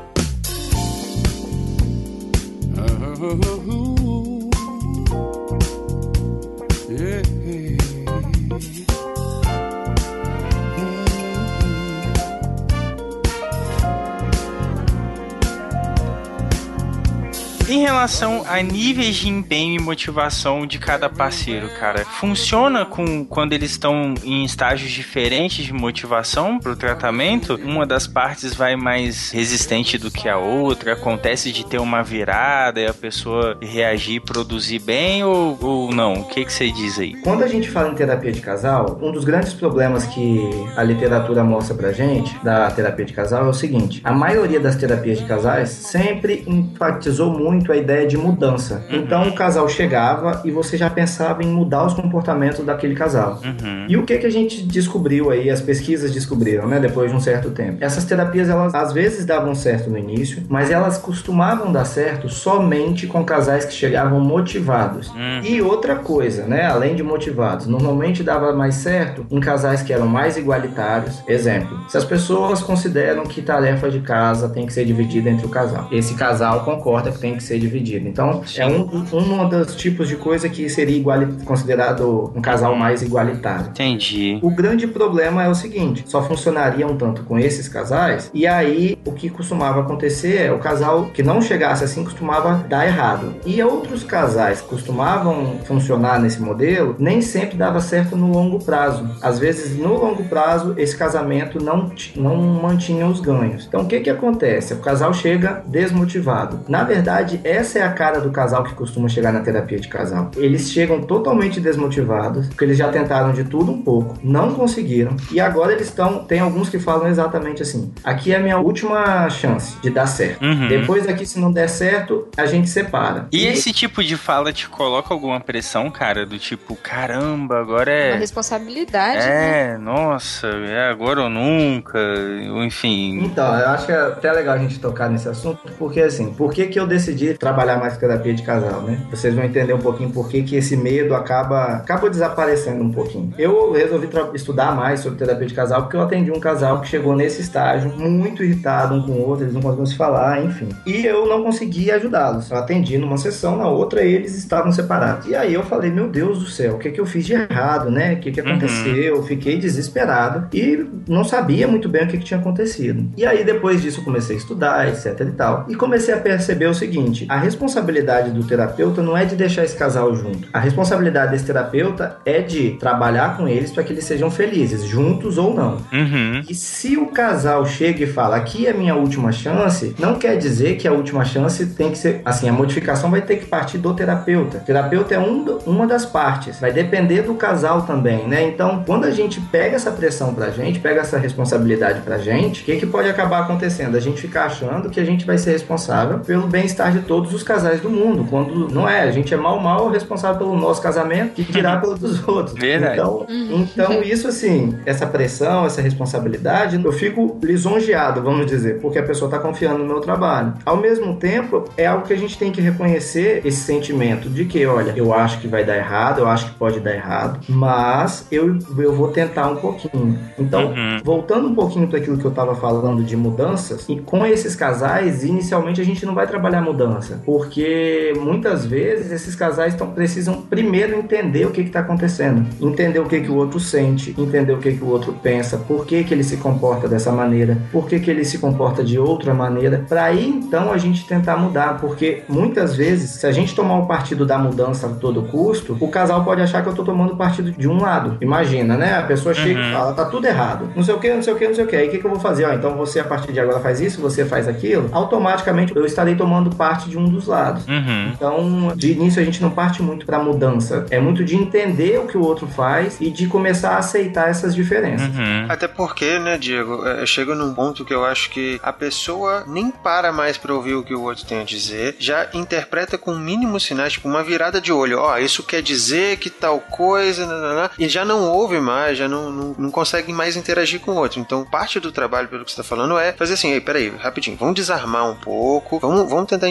Em relação a níveis de empenho e motivação de cada parceiro, cara, funciona com quando eles estão em estágios diferentes de motivação pro tratamento? Uma das partes vai mais resistente do que a outra? Acontece de ter uma virada e a pessoa reagir e produzir bem ou, ou não? O que que você diz aí? Quando a gente fala em terapia de casal, um dos grandes problemas que a literatura mostra pra gente da terapia de casal é o seguinte: a maioria das terapias de casais sempre enfatizou muito a ideia de mudança. Uhum. Então o casal chegava e você já pensava em mudar os comportamentos daquele casal. Uhum. E o que que a gente descobriu aí, as pesquisas descobriram, né, depois de um certo tempo? Essas terapias, elas às vezes davam certo no início, mas elas costumavam dar certo somente com casais que chegavam motivados. Uhum. E outra coisa, né, além de motivados, normalmente dava mais certo em casais que eram mais igualitários. Exemplo, se as pessoas consideram que tarefa de casa tem que ser dividida entre o casal, esse casal concorda que tem que ser dividido. Então, sim, é um, um dos tipos de coisa que seria igual, considerado um casal mais igualitário. Entendi. O grande problema é o seguinte: só funcionaria um tanto com esses casais, e aí o que costumava acontecer é o casal que não chegasse assim costumava dar errado. E outros casais que costumavam funcionar nesse modelo, nem sempre dava certo no longo prazo. Às vezes, no longo prazo, esse casamento não, não mantinha os ganhos. Então, o que que acontece? O casal chega desmotivado. Na verdade, essa é a cara do casal que costuma chegar na terapia de casal. Eles chegam totalmente desmotivados, porque eles já tentaram de tudo um pouco, não conseguiram, e agora eles estão... Tem alguns que falam exatamente assim: aqui é a minha última chance de dar certo. Uhum. Depois daqui, se não der certo, a gente separa. E, e esse tipo de fala te coloca alguma pressão, cara? Do tipo, caramba, agora é... Uma responsabilidade, É, né? Nossa, é agora ou nunca, enfim... Então, eu acho que é até legal a gente tocar nesse assunto, porque assim, por que que eu decidi trabalhar mais com terapia de casal, né? Vocês vão entender um pouquinho por que que esse medo acaba, acaba desaparecendo um pouquinho. Eu resolvi estudar mais sobre terapia de casal porque eu atendi um casal que chegou nesse estágio muito irritado um com o outro, eles não conseguiam se falar, enfim. E eu não consegui ajudá-los. Eu atendi numa sessão, na outra eles estavam separados. E aí eu falei, meu Deus do céu, o que que eu fiz de errado, né? O que que aconteceu? Uhum. Fiquei desesperado e não sabia muito bem o que que tinha acontecido. E aí depois disso eu comecei a estudar, etc e tal. E comecei a perceber o seguinte: a responsabilidade do terapeuta não é de deixar esse casal junto. A responsabilidade desse terapeuta é de trabalhar com eles para que eles sejam felizes, juntos ou não. Uhum. E se o casal chega e fala, aqui é a minha última chance, não quer dizer que a última chance tem que ser... Assim, a modificação vai ter que partir do terapeuta. O terapeuta é um do, uma das partes. Vai depender do casal também, né? Então, quando a gente pega essa pressão pra gente, pega essa responsabilidade pra gente, o que que pode acabar acontecendo? A gente ficar achando que a gente vai ser responsável pelo bem-estar de todos os casais do mundo, quando não é. A gente é mal, mal responsável pelo nosso casamento, que dirá pelo dos outros. Verdade. Então, então, isso assim, essa pressão, essa responsabilidade, eu fico lisonjeado, vamos dizer, porque a pessoa está confiando no meu trabalho. Ao mesmo tempo, é algo que a gente tem que reconhecer esse sentimento de que, olha, eu acho que vai dar errado, eu acho que pode dar errado, mas eu, eu vou tentar um pouquinho. Então, uhum. voltando um pouquinho para aquilo que eu estava falando de mudanças, e com esses casais, inicialmente a gente não vai trabalhar mudança, porque muitas vezes esses casais tão, precisam primeiro entender o que está acontecendo, entender o que, que o outro sente, entender o que, que o outro pensa, por que, que ele se comporta dessa maneira, por que, que ele se comporta de outra maneira, para aí então a gente tentar mudar, porque muitas vezes, se a gente tomar o partido da mudança a todo custo, o casal pode achar que eu tô tomando partido de um lado. Imagina, né? A pessoa chega uhum. e fala, tá tudo errado, não sei o que, não sei o que, não sei o que, aí o que, que eu vou fazer? Ó, então você a partir de agora faz isso, você faz aquilo, automaticamente eu estarei tomando parte de um dos lados. Uhum. Então, de início a gente não parte muito pra mudança, é muito de entender o que o outro faz e de começar a aceitar essas diferenças. Uhum. Até porque, né, Diego, chega num ponto que eu acho que a pessoa nem para mais pra ouvir o que o outro tem a dizer, já interpreta com mínimos sinais, tipo uma virada de olho, ó, oh, isso quer dizer que tal coisa, nanana, e já não ouve mais, já não, não, não consegue mais interagir com o outro. Então, parte do trabalho, pelo que você tá falando, é fazer assim, ei, peraí, rapidinho, vamos desarmar um pouco, vamos, vamos tentar enxergar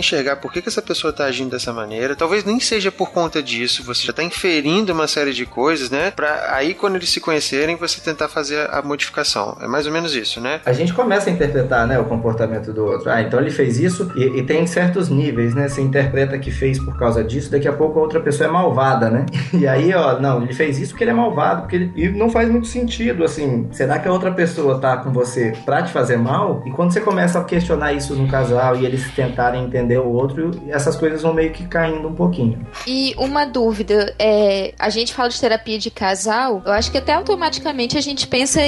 por que, que essa pessoa tá agindo dessa maneira. Talvez nem seja por conta disso, você já tá inferindo uma série de coisas, né? Pra aí, quando eles se conhecerem, você tentar fazer a modificação. É mais ou menos isso, né? A gente começa a interpretar, né, o comportamento do outro. Ah, então ele fez isso e, e tem certos níveis, né? Você interpreta que fez por causa disso, daqui a pouco a outra pessoa é malvada, né? E aí, ó, não, ele fez isso porque ele é malvado, porque ele... E não faz muito sentido, assim. Será que a outra pessoa tá com você pra te fazer mal? E quando você começa a questionar isso no casal e eles tentarem entender o outro, essas coisas vão meio que caindo um pouquinho. E uma dúvida, é, a gente fala de terapia de casal, eu acho que até automaticamente a gente pensa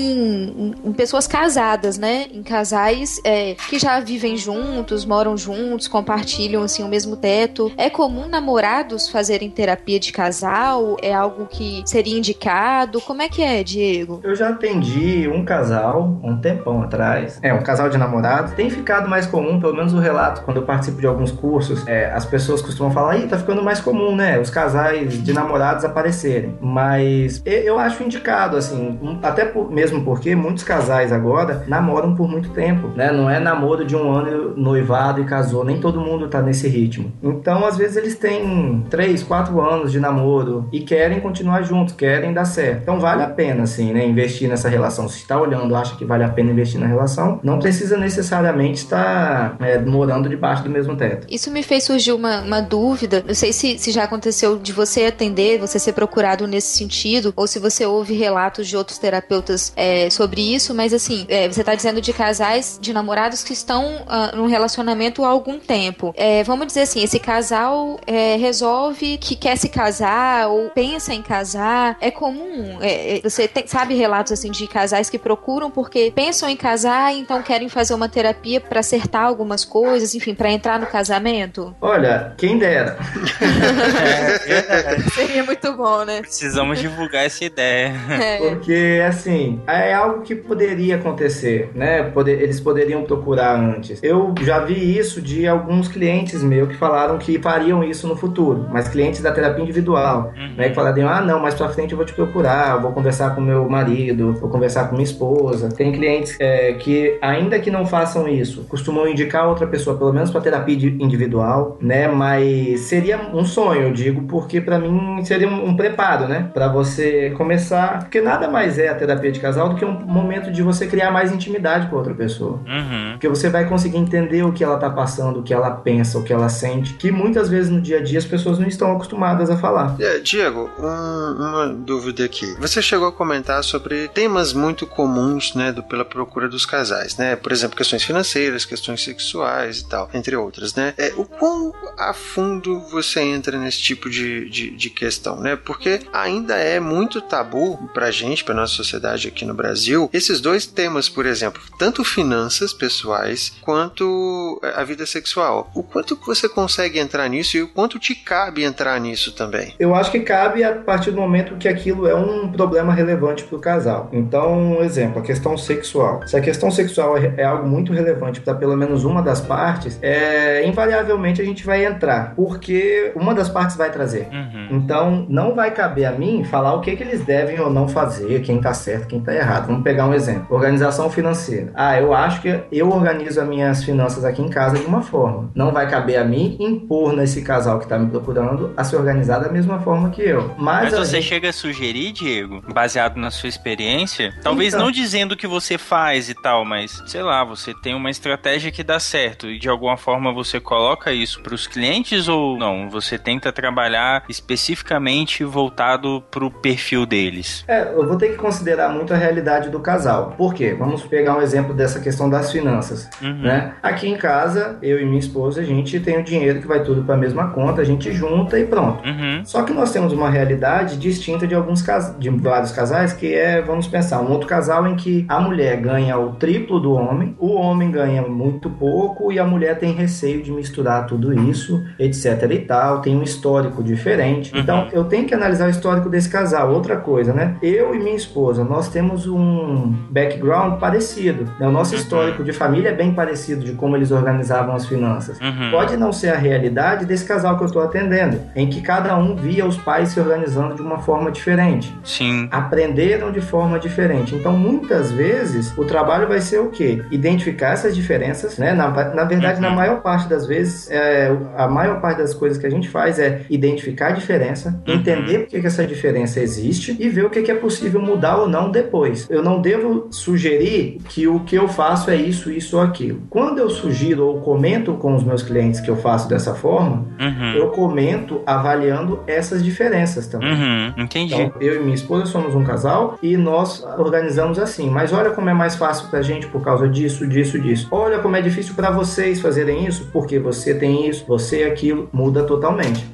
em, em pessoas casadas, né? Em casais é, que já vivem juntos, moram juntos, compartilham assim o mesmo teto. É comum namorados fazerem terapia de casal? É algo que seria indicado? Como é que é, Diego? Eu já atendi um casal um tempão atrás. É, um casal de namorados. Tem ficado mais comum, pelo menos o relato, quando eu participo de alguns cursos, é, as pessoas costumam falar, ih, tá ficando mais comum, né? Os casais de namorados aparecerem. Mas eu acho indicado, assim, até por, mesmo porque muitos casais agora namoram por muito tempo, né? Não é namoro de um ano noivado e casou, nem todo mundo tá nesse ritmo. Então, às vezes, eles têm três, quatro anos de namoro e querem continuar juntos, querem dar certo. Então, vale a pena, assim, né? Investir nessa relação. Se está olhando, acha que vale a pena investir na relação, não precisa necessariamente estar é, morando debaixo do mesmo teto. Isso me fez surgir uma, uma dúvida. Não sei se, se já aconteceu de você atender, você ser procurado nesse sentido, ou se você ouve relatos de outros terapeutas é, sobre isso, mas assim, é, você está dizendo de casais, de namorados que estão uh, num relacionamento há algum tempo. É, vamos dizer assim, esse casal é, resolve que quer se casar ou pensa em casar. É comum, é, você tem, sabe relatos assim de casais que procuram porque pensam em casar e então querem fazer uma terapia para acertar algumas coisas, enfim, para entrar no casamento? Olha, quem dera. É, Seria muito bom, né? precisamos divulgar essa ideia. É. Porque, assim, é algo que poderia acontecer, né? Poder, eles poderiam procurar antes. Eu já vi isso de alguns clientes meus que falaram que fariam isso no futuro, mas clientes da terapia individual, Uhum. né? Que falariam, ah, não, mais pra frente eu vou te procurar, eu vou conversar com meu marido, vou conversar com minha esposa. Tem clientes é, que, ainda que não façam isso, costumam indicar outra pessoa, pelo menos pra terapia individual, né? Mas seria um sonho, eu digo, porque pra mim seria um, um preparo, né? Pra você começar, porque nada mais é a terapia de casal do que um momento de você criar mais intimidade com outra pessoa. Uhum. Porque você vai conseguir entender o que ela tá passando, o que ela pensa, o que ela sente, que muitas vezes no dia a dia as pessoas não estão acostumadas a falar. É, Diego, um, uma dúvida aqui. Você chegou a comentar sobre temas muito comuns, né, do, pela procura dos casais, né? Por exemplo, questões financeiras, questões sexuais e tal, entre outras, né? É, o quão a fundo você entra nesse tipo de, de, de questão, né? Porque ainda é muito tabu pra gente, pra nossa sociedade aqui no Brasil, esses dois temas, por exemplo, tanto finanças pessoais quanto a vida sexual. O quanto você consegue entrar nisso e o quanto te cabe entrar nisso também? Eu acho que cabe a partir do momento que aquilo é um problema relevante para o casal. Então, um exemplo, a questão sexual. Se a questão sexual é, é algo muito relevante para pelo menos uma das partes, é, invariavelmente a gente vai entrar, porque uma das partes vai trazer. Uhum. Então, não vai caber a mim falar o que, que eles devem ou não fazer, quem tá certo, quem tá errado. Vamos pegar um exemplo. Organização financeira. Ah, eu acho que eu organizo as minhas finanças aqui em casa de uma forma. Não vai caber a mim impor nesse casal que tá me procurando a se organizar da mesma forma que eu. Mas, Mas você gente... chega a sugerir, Diego, baseado na sua experiência, talvez Então... não dizendo o que você faz e tal, mas, sei lá, você tem uma estratégia que dá certo e de alguma forma você coloca isso pros clientes ou não? Você tenta trabalhar especificamente voltado pro perfil deles? É, eu vou ter que considerar muito a realidade do casal. Por quê? Vamos pegar um exemplo dessa questão das finanças, Uhum. né? Aqui em casa, eu e minha esposa, a gente tem o dinheiro que vai tudo para a mesma conta, a gente junta e pronto. Uhum. Só que nós temos uma realidade distinta de alguns cas... de vários casais, que é, vamos pensar, um outro casal em que a mulher ganha o triplo do homem, o homem ganha muito pouco e a mulher tem receio de misturar tudo isso, etc e tal, tem um histórico diferente. Uhum. Então, eu tenho que analisar o histórico desse casal. Outra coisa, né? Eu e minha esposa, nós temos um background parecido, né? O nosso Uhum. histórico de família é bem parecido de como eles organizavam as finanças. Uhum. Pode não ser a realidade desse casal que eu estou atendendo, em que cada um via os pais se organizando de uma forma diferente. Sim. Aprenderam de forma diferente. Então, muitas vezes, o trabalho vai ser o quê? Identificar essas diferenças, né? Na, na verdade, Uhum. na maior parte das vezes, é, a maior parte das coisas que a gente faz é identificar a diferença, uhum. entender por que, que essa diferença existe e ver o que, que é possível mudar ou não depois. Eu não devo sugerir que o que eu faço é isso, isso ou aquilo. Quando eu sugiro ou comento com os meus clientes que eu faço dessa forma, uhum. eu comento avaliando essas diferenças também. Uhum. Entendi. Então, eu e minha esposa somos um casal e nós organizamos assim, mas olha como é mais fácil pra gente por causa disso, disso, disso. Olha como é difícil pra vocês fazerem isso, porque você tem isso, você aquilo, muda totalmente.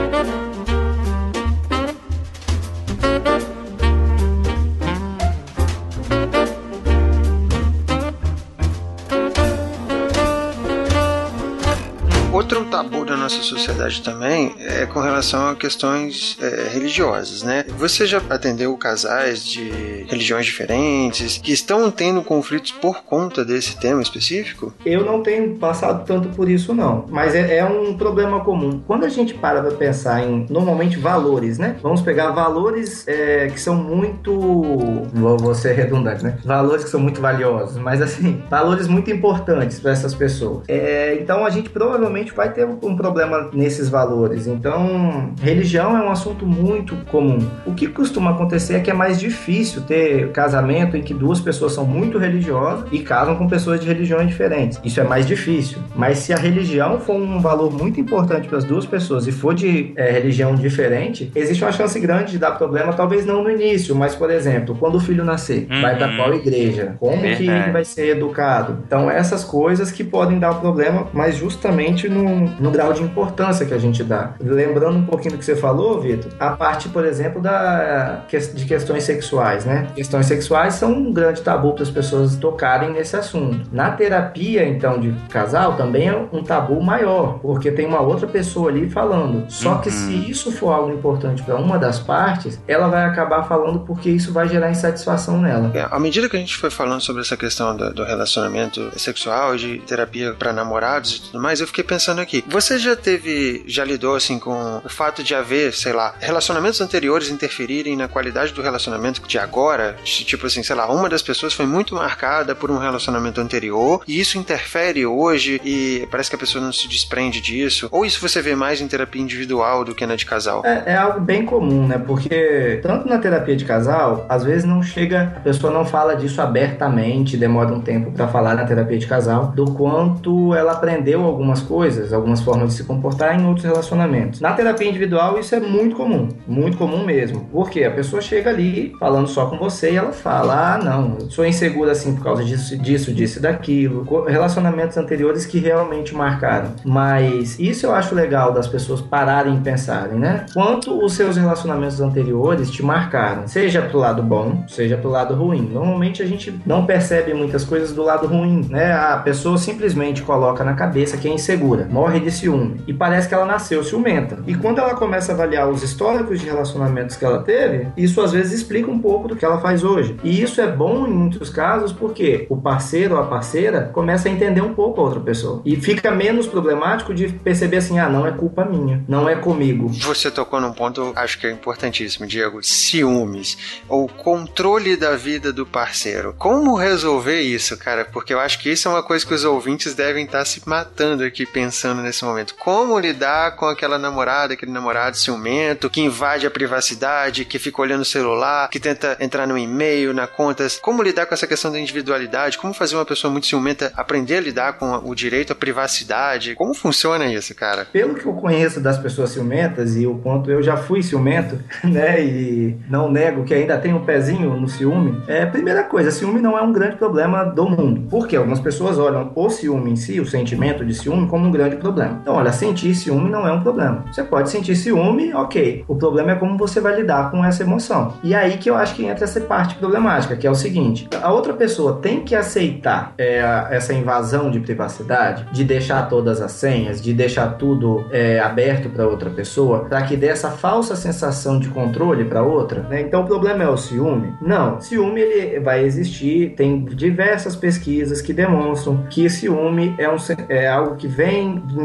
Outro tabu da nossa sociedade também é com relação a questões é, religiosas, né? Você já atendeu casais de religiões diferentes que estão tendo conflitos por conta desse tema específico? Eu não tenho passado tanto por isso, não. Mas é, é um problema comum. Quando a gente para pra pensar em, normalmente, valores, né? Vamos pegar valores é, que são muito... Vou, vou ser redundante, né? Valores que são muito valiosos, mas, assim, valores muito importantes para essas pessoas. É, então, a gente provavelmente vai ter um problema nesses valores. Então, religião é um assunto muito comum. O que costuma acontecer é que é mais difícil ter casamento em que duas pessoas são muito religiosas e casam com pessoas de religiões diferentes. Isso é mais difícil. Mas se a religião for um valor muito importante para as duas pessoas e for de é, religião diferente, existe uma chance grande de dar problema, talvez não no início, mas, por exemplo, quando o filho nascer, uhum. vai para qual igreja? Como é que ele vai ser educado? Então, essas coisas que podem dar problema, mas justamente no, no grau de importância que a gente dá. Lembrando um pouquinho do que você falou, Vitor, a parte, por exemplo, da, de questões sexuais, né? Questões sexuais são um grande tabu para as pessoas tocarem nesse assunto. Na terapia, então, de casal, também é um tabu maior, porque tem uma outra pessoa ali falando. Só uhum. que se isso for algo importante para uma das partes, ela vai acabar falando porque isso vai gerar insatisfação nela. É, à medida que a gente foi falando sobre essa questão do, do relacionamento sexual, de terapia para namorados e tudo mais, eu fiquei pensando aqui, você já teve, já lidou assim com o fato de haver, sei lá, relacionamentos anteriores interferirem na qualidade do relacionamento de agora? Tipo assim, sei lá, uma das pessoas foi muito marcada por um relacionamento anterior e isso interfere hoje e parece que a pessoa não se desprende disso? Ou isso você vê mais em terapia individual do que na de casal? É, é algo bem comum, né? Porque tanto na terapia de casal, às vezes não chega, a pessoa não fala disso abertamente, demora um tempo pra falar na terapia de casal, do quanto ela aprendeu algumas coisas, algumas formas de se comportar em outros relacionamentos. Na terapia individual, isso é muito comum, muito comum mesmo. Porque a pessoa chega ali falando só com você e ela fala, ah, não, eu sou insegura assim por causa disso, disso, disso e daquilo. Relacionamentos anteriores que realmente marcaram. Mas isso eu acho legal das pessoas pararem e pensarem, né? Quanto os seus relacionamentos anteriores te marcaram, seja pro lado bom, seja pro lado ruim. Normalmente a gente não percebe muitas coisas do lado ruim, né? A pessoa simplesmente coloca na cabeça que é insegura, morre de ciúme e parece que ela nasceu ciumenta. E quando ela começa a avaliar os históricos de relacionamentos que ela teve, isso às vezes explica um pouco do que ela faz hoje. E isso é bom em muitos casos porque o parceiro ou a parceira começa a entender um pouco a outra pessoa e fica menos problemático de perceber assim, ah, não é culpa minha, não é comigo. Você tocou num ponto, acho que é importantíssimo, Diego, ciúmes, ou controle da vida do parceiro. Como resolver isso, cara? Porque eu acho que isso é uma coisa que os ouvintes devem estar se matando aqui pensando nesse momento. Como lidar com aquela namorada, aquele namorado ciumento, que invade a privacidade, que fica olhando o celular, que tenta entrar no e-mail, na conta. Como lidar com essa questão da individualidade? Como fazer uma pessoa muito ciumenta aprender a lidar com o direito à privacidade? Como funciona isso, cara? Pelo que eu conheço das pessoas ciumentas e o quanto eu já fui ciumento, né, e não nego que ainda tem um pezinho no ciúme, é, primeira coisa, ciúme não é um grande problema do mundo. Porque algumas pessoas olham o ciúme em si, o sentimento de ciúme, como um grande problema. Então, olha, sentir ciúme não é um problema. Você pode sentir ciúme, ok. O problema é como você vai lidar com essa emoção. E aí que eu acho que entra essa parte problemática, que é o seguinte, a outra pessoa tem que aceitar é, essa invasão de privacidade, de deixar todas as senhas, de deixar tudo é, aberto para outra pessoa, para que dê essa falsa sensação de controle para outra, né? Então o problema é o ciúme? Não. Ciúme ele vai existir, tem diversas pesquisas que demonstram que ciúme é, um, é algo que vem em diversas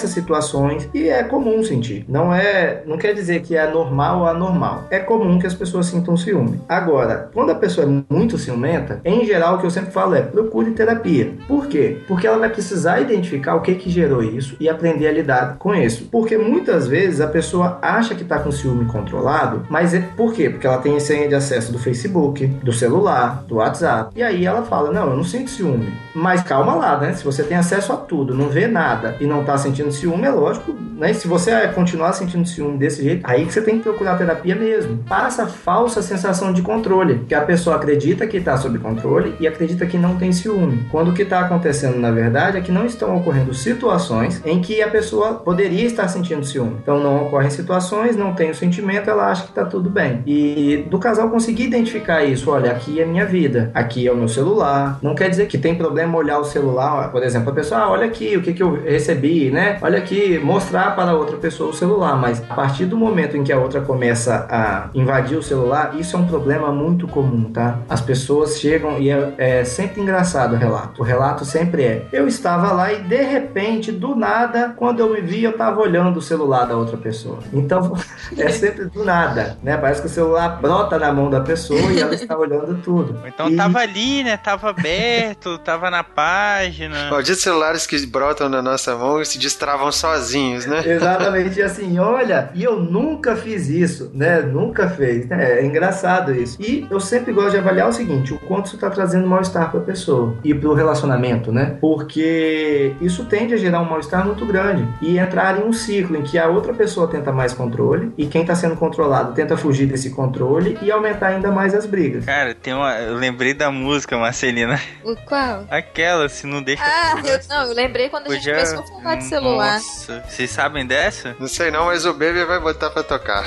essas situações e é comum sentir. Não é, não quer dizer que é normal ou anormal. É comum que as pessoas sintam ciúme. Agora, quando a pessoa é muito ciumenta, em geral o que eu sempre falo é procure terapia. Por quê? Porque ela vai precisar identificar o que que gerou isso e aprender a lidar com isso. Porque muitas vezes a pessoa acha que está com ciúme controlado, mas é por quê? Porque ela tem senha de acesso do Facebook, do celular, do WhatsApp. E aí ela fala, não, eu não sinto ciúme. Mas calma lá, né? Se você tem acesso a tudo, não vê nada e não tá sentindo ciúme, é lógico, né? Se você continuar sentindo ciúme desse jeito, aí que você tem que procurar terapia mesmo. Passa a falsa sensação de controle, que a pessoa acredita que tá sob controle e acredita que não tem ciúme. Quando o que tá acontecendo, na verdade, é que não estão ocorrendo situações em que a pessoa poderia estar sentindo ciúme. Então não ocorrem situações, não tem o sentimento, ela acha que tá tudo bem. E do casal conseguir identificar isso, olha, aqui é minha vida, aqui é o meu celular. Não quer dizer que tem problema olhar o celular, por exemplo, a pessoa, ah, olha aqui o que, que eu recebi, né? Olha aqui, mostrar para outra pessoa o celular, mas a partir do momento em que a outra começa a invadir o celular, isso é um problema muito comum, tá? As pessoas chegam e é, é sempre engraçado o relato. O relato sempre é, eu estava lá e de repente, do nada, quando eu me vi, eu estava olhando o celular da outra pessoa. Então, é sempre do nada, né? Parece que o celular brota na mão da pessoa e ela está olhando tudo. Então e... tava ali, né? Tava aberto, tava na página. Malditos celulares que brotam na nossa mão e se destravam sozinhos, né? Exatamente, assim, olha, e eu nunca fiz isso, né? Nunca fez, né? É engraçado isso. E eu sempre gosto de avaliar o seguinte, o quanto isso está trazendo mal-estar para a pessoa e para o relacionamento, né? Porque isso tende a gerar um mal-estar muito grande e entrar em um ciclo em que a outra pessoa tenta mais controle e quem está sendo controlado tenta fugir desse controle e aumentar ainda mais as brigas. Cara, tem uma... eu lembrei da música, Marcelina. O qual? Aquela, se não deixa... Ah, eu, não, eu lembrei quando a gente Podia... começou a falar de celular. Nossa, vocês sabem dessa? Não sei não, mas o Baby vai botar pra tocar.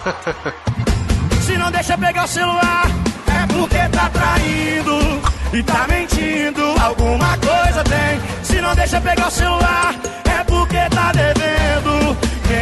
Se não deixa pegar o celular, é porque tá traindo e tá mentindo, alguma coisa tem. Se não deixa pegar o celular, é porque tá devendo,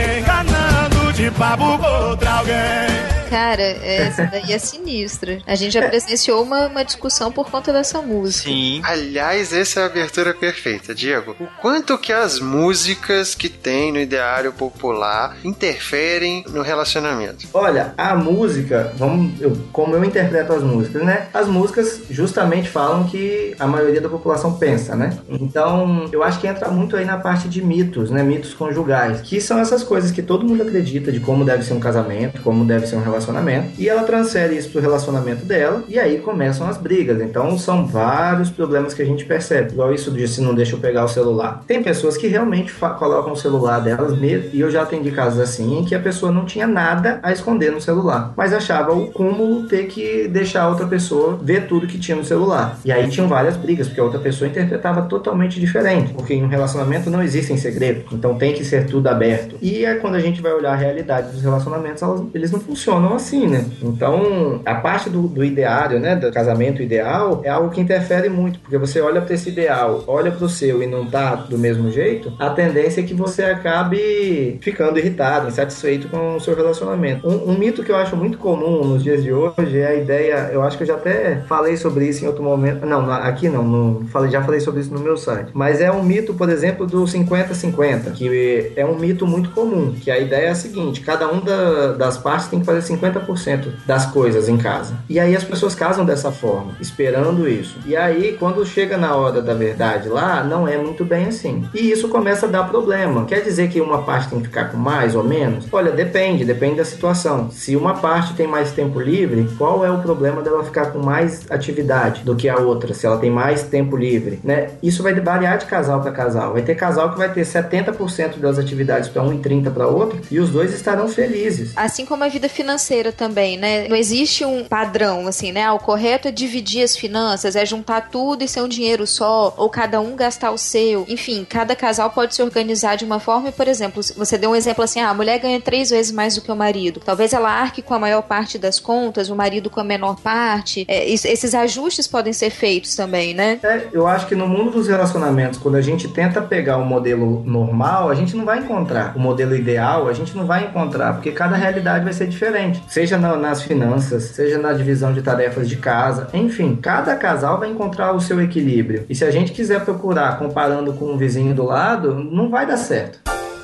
enganando de papo com outra alguém. Cara, essa daí é sinistra. A gente já presenciou uma, uma discussão por conta dessa música. Sim. Aliás, essa é a abertura perfeita, Diego. O quanto que as músicas que tem no ideário popular interferem no relacionamento? Olha, a música, vamos, eu, como eu interpreto as músicas, né? As músicas justamente falam que a maioria da população pensa, né? Então, eu acho que entra muito aí na parte de mitos, né? Mitos conjugais, que são essas coisas que todo mundo acredita de como deve ser um casamento, como deve ser um relacionamento. E ela transfere isso pro relacionamento dela e aí começam as brigas. Então são vários problemas que a gente percebe. Igual isso de se não deixa eu pegar o celular. Tem pessoas que realmente colocam o celular delas mesmo, e eu já atendi casos assim em que a pessoa não tinha nada a esconder no celular, mas achava o cúmulo ter que deixar a outra pessoa ver tudo que tinha no celular. E aí tinham várias brigas, porque a outra pessoa interpretava totalmente diferente, porque em um relacionamento não existem segredos, então tem que ser tudo aberto. E é quando a gente vai olhar a realidade dos relacionamentos, elas, eles não funcionam assim, né? Então, a parte do, do ideário, né, do casamento ideal, é algo que interfere muito, porque você olha para esse ideal, olha para o seu e não tá do mesmo jeito, a tendência é que você acabe ficando irritado, insatisfeito com o seu relacionamento. Um, um mito que eu acho muito comum nos dias de hoje é a ideia, eu acho que eu já até falei sobre isso em outro momento, não, aqui não, no, falei, já falei sobre isso no meu site, mas é um mito, por exemplo, do cinquenta cinquenta, que é um mito muito comum, que a ideia é a seguinte, cada um da, das partes tem que fazer cinquenta por cento das coisas em casa. E aí as pessoas casam dessa forma, esperando isso. E aí, quando chega na hora da verdade lá, não é muito bem assim. E isso começa a dar problema. Quer dizer que uma parte tem que ficar com mais ou menos? Olha, depende, depende da situação. Se uma parte tem mais tempo livre, qual é o problema dela ficar com mais atividade do que a outra, se ela tem mais tempo livre, né? Isso vai variar de casal para casal. Vai ter casal que vai ter setenta por cento das atividades para um e trinta por cento para outro, e os dois estarão felizes. Assim como a vida financeira também, né? Não existe um padrão, assim, né? Ah, o correto é dividir as finanças, é juntar tudo e ser um dinheiro só, ou cada um gastar o seu. Enfim, cada casal pode se organizar de uma forma e, por exemplo, você deu um exemplo assim, ah, a mulher ganha três vezes mais do que o marido. Talvez ela arque com a maior parte das contas, o marido com a menor parte. É, isso, esses ajustes podem ser feitos também, né? É, eu acho que no mundo dos relacionamentos, quando a gente tenta pegar o modelo normal, a gente não vai encontrar o modelo ideal, a gente não vai encontrar, porque cada realidade vai ser diferente. Seja na, nas finanças, seja na divisão de tarefas de casa, enfim, cada casal vai encontrar o seu equilíbrio. E se a gente quiser procurar comparando com o vizinho do lado, não vai dar certo.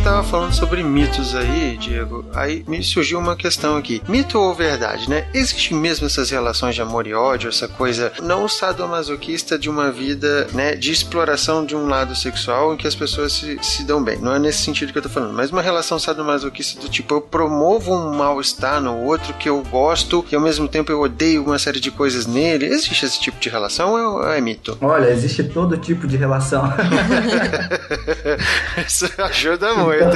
tava falando sobre mitos aí, Diego, aí me surgiu uma questão aqui. Mito ou verdade, né? Existe mesmo essas relações de amor e ódio, essa coisa não sadomasoquista de uma vida, né, de exploração de um lado sexual em que as pessoas se, se dão bem. Não é nesse sentido que eu tô falando, mas uma relação sadomasoquista do tipo, eu promovo um mal-estar no outro que eu gosto e ao mesmo tempo eu odeio uma série de coisas nele. Existe esse tipo de relação ou é mito? Olha, existe todo tipo de relação. Isso ajuda muito.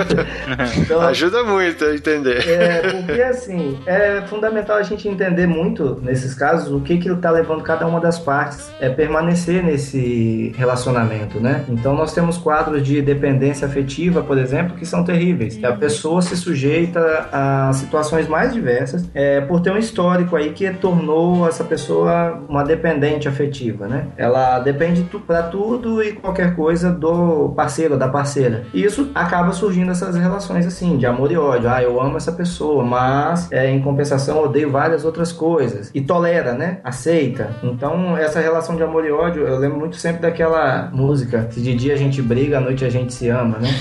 Então, ajuda muito a entender. É, porque assim, é fundamental a gente entender muito, nesses casos, o que que tá levando cada uma das partes a permanecer nesse relacionamento, né? Então nós temos quadros de dependência afetiva, por exemplo, que são terríveis. A pessoa se sujeita a situações mais diversas é, por ter um histórico aí que tornou essa pessoa uma dependente afetiva, né? Ela depende tu, pra tudo e qualquer coisa do parceiro, da parceira. E isso acaba surgindo essas relações assim, de amor e ódio. Ah, eu amo essa pessoa, mas é, em compensação eu odeio várias outras coisas. E tolera, né? Aceita. Então, essa relação de amor e ódio, eu lembro muito sempre daquela música, se de dia a gente briga, à noite a gente se ama, né?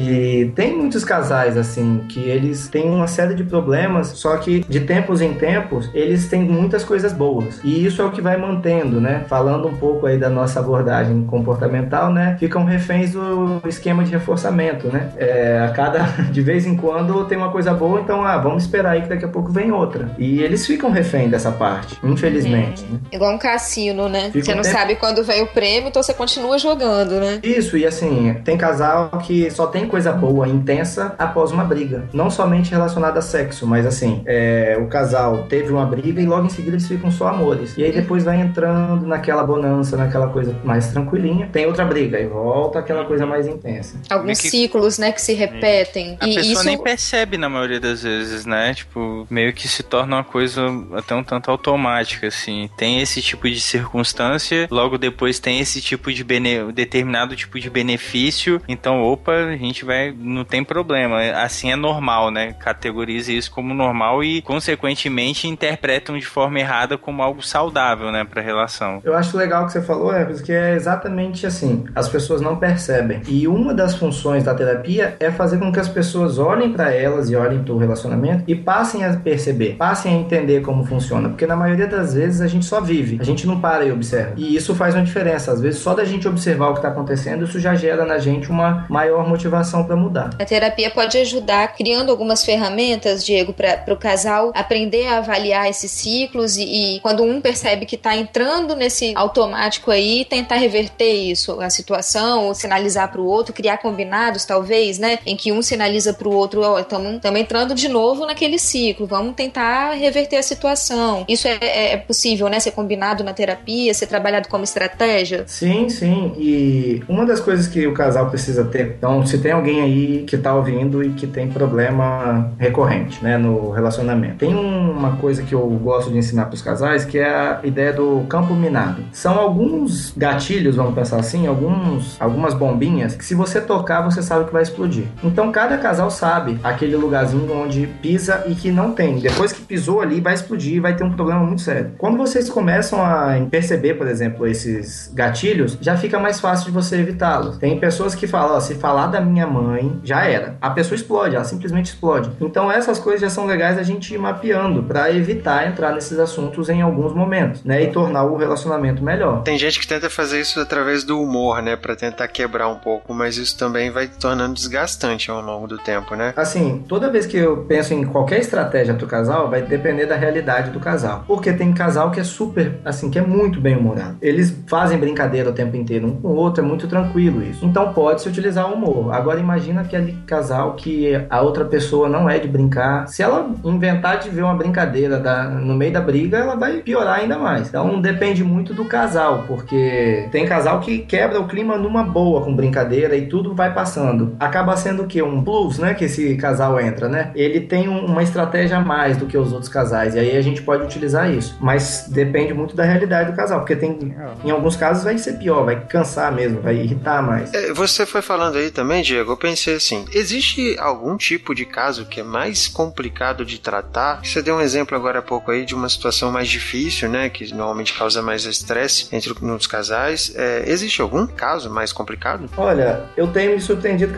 E tem muitos casais, assim, que eles têm uma série de problemas, só que de tempos em tempos, eles têm muitas coisas boas. E isso é o que vai mantendo, né? Falando um pouco aí da nossa abordagem comportamental, né? Ficam reféns do esquema de reforçamento, né? É, a cada, de vez em quando tem uma coisa boa, então, ah, vamos esperar aí que daqui a pouco vem outra. E eles ficam refém dessa parte, infelizmente. É. Né? Igual um cassino, né? Fica você um não tempo... sabe quando vem o prêmio, então você continua jogando, né? Isso, e assim, tem casal que só tem coisa boa, intensa, após uma briga. Não somente relacionada a sexo, mas assim, é, o casal teve uma briga e logo em seguida eles ficam só amores. E aí depois vai entrando naquela bonança, naquela coisa mais tranquilinha. Tem outra briga e volta aquela coisa mais intensa. Alguns que... ciclos, né, que se repetem. A e pessoa isso... nem percebe na maioria das vezes, né? Tipo, meio que se torna uma coisa até um tanto automática, assim. Tem esse tipo de circunstância, logo depois tem esse tipo de bene... determinado tipo de benefício, então, opa, a gente vai, não tem problema, assim é normal, né? Categoriza isso como normal e, consequentemente, interpretam de forma errada como algo saudável, né, pra relação. Eu acho legal o que você falou, é, porque é exatamente assim, as pessoas não percebem. E uma das funções da terapia é fazer com que as pessoas olhem pra elas e olhem pro relacionamento e passem a perceber, passem a entender como funciona, porque na maioria das vezes a gente só vive, a gente não para e observa. E isso faz uma diferença, às vezes só da gente observar o que tá acontecendo, isso já gera na gente uma maior motivação pra mudar. A terapia pode ajudar criando algumas ferramentas, Diego, para o casal aprender a avaliar esses ciclos e, e quando um percebe que está entrando nesse automático aí, tentar reverter isso, a situação, ou sinalizar para o outro, criar combinados talvez, né, em que um sinaliza para o outro, ó, estamos entrando de novo naquele ciclo, vamos tentar reverter a situação. Isso é, é, é possível, né, ser combinado na terapia, ser trabalhado como estratégia? Sim, sim, e uma das coisas que o casal precisa ter, então se tem alguém aí que tá ouvindo e que tem problema recorrente, né, no relacionamento. Tem uma coisa que eu gosto de ensinar pros casais, que é a ideia do campo minado. São alguns gatilhos, vamos pensar assim, alguns, algumas bombinhas, que se você tocar, você sabe que vai explodir. Então, cada casal sabe aquele lugarzinho onde pisa e que não tem. Depois que pisou ali, vai explodir e vai ter um problema muito sério. Quando vocês começam a perceber, por exemplo, esses gatilhos, já fica mais fácil de você evitá-los. Tem pessoas que falam, ó, se falar da minha mãe, já era. A pessoa explode, ela simplesmente explode. Então essas coisas já são legais a gente ir mapeando para evitar entrar nesses assuntos em alguns momentos, né? E tornar o relacionamento melhor. Tem gente que tenta fazer isso através do humor, né? Para tentar quebrar um pouco, mas isso também vai tornando desgastante ao longo do tempo, né? Assim, toda vez que eu penso em qualquer estratégia do casal, vai depender da realidade do casal. Porque tem casal que é super, assim, que é muito bem humorado. Eles fazem brincadeira o tempo inteiro um com o outro, é muito tranquilo isso. Então pode-se utilizar o humor. Agora imagina aquele casal que a outra pessoa não é de brincar. Se ela inventar de ver uma brincadeira da, no meio da briga, ela vai piorar ainda mais. Então depende muito do casal, porque tem casal que quebra o clima numa boa com brincadeira e tudo vai passando. Acaba sendo o quê? Um plus, né? Que esse casal entra, né? Ele tem um, uma estratégia a mais do que os outros casais, e aí a gente pode utilizar isso. Mas depende muito da realidade do casal, porque tem, em alguns casos vai ser pior, vai cansar mesmo, vai irritar mais. É, você foi falando aí também, Diego, eu pensei assim, existe algum tipo de caso que é mais complicado de tratar? Você deu um exemplo agora há pouco aí de uma situação mais difícil, né, que normalmente causa mais estresse entre nos casais. É, existe algum caso mais complicado? Olha, eu tenho me surpreendido cada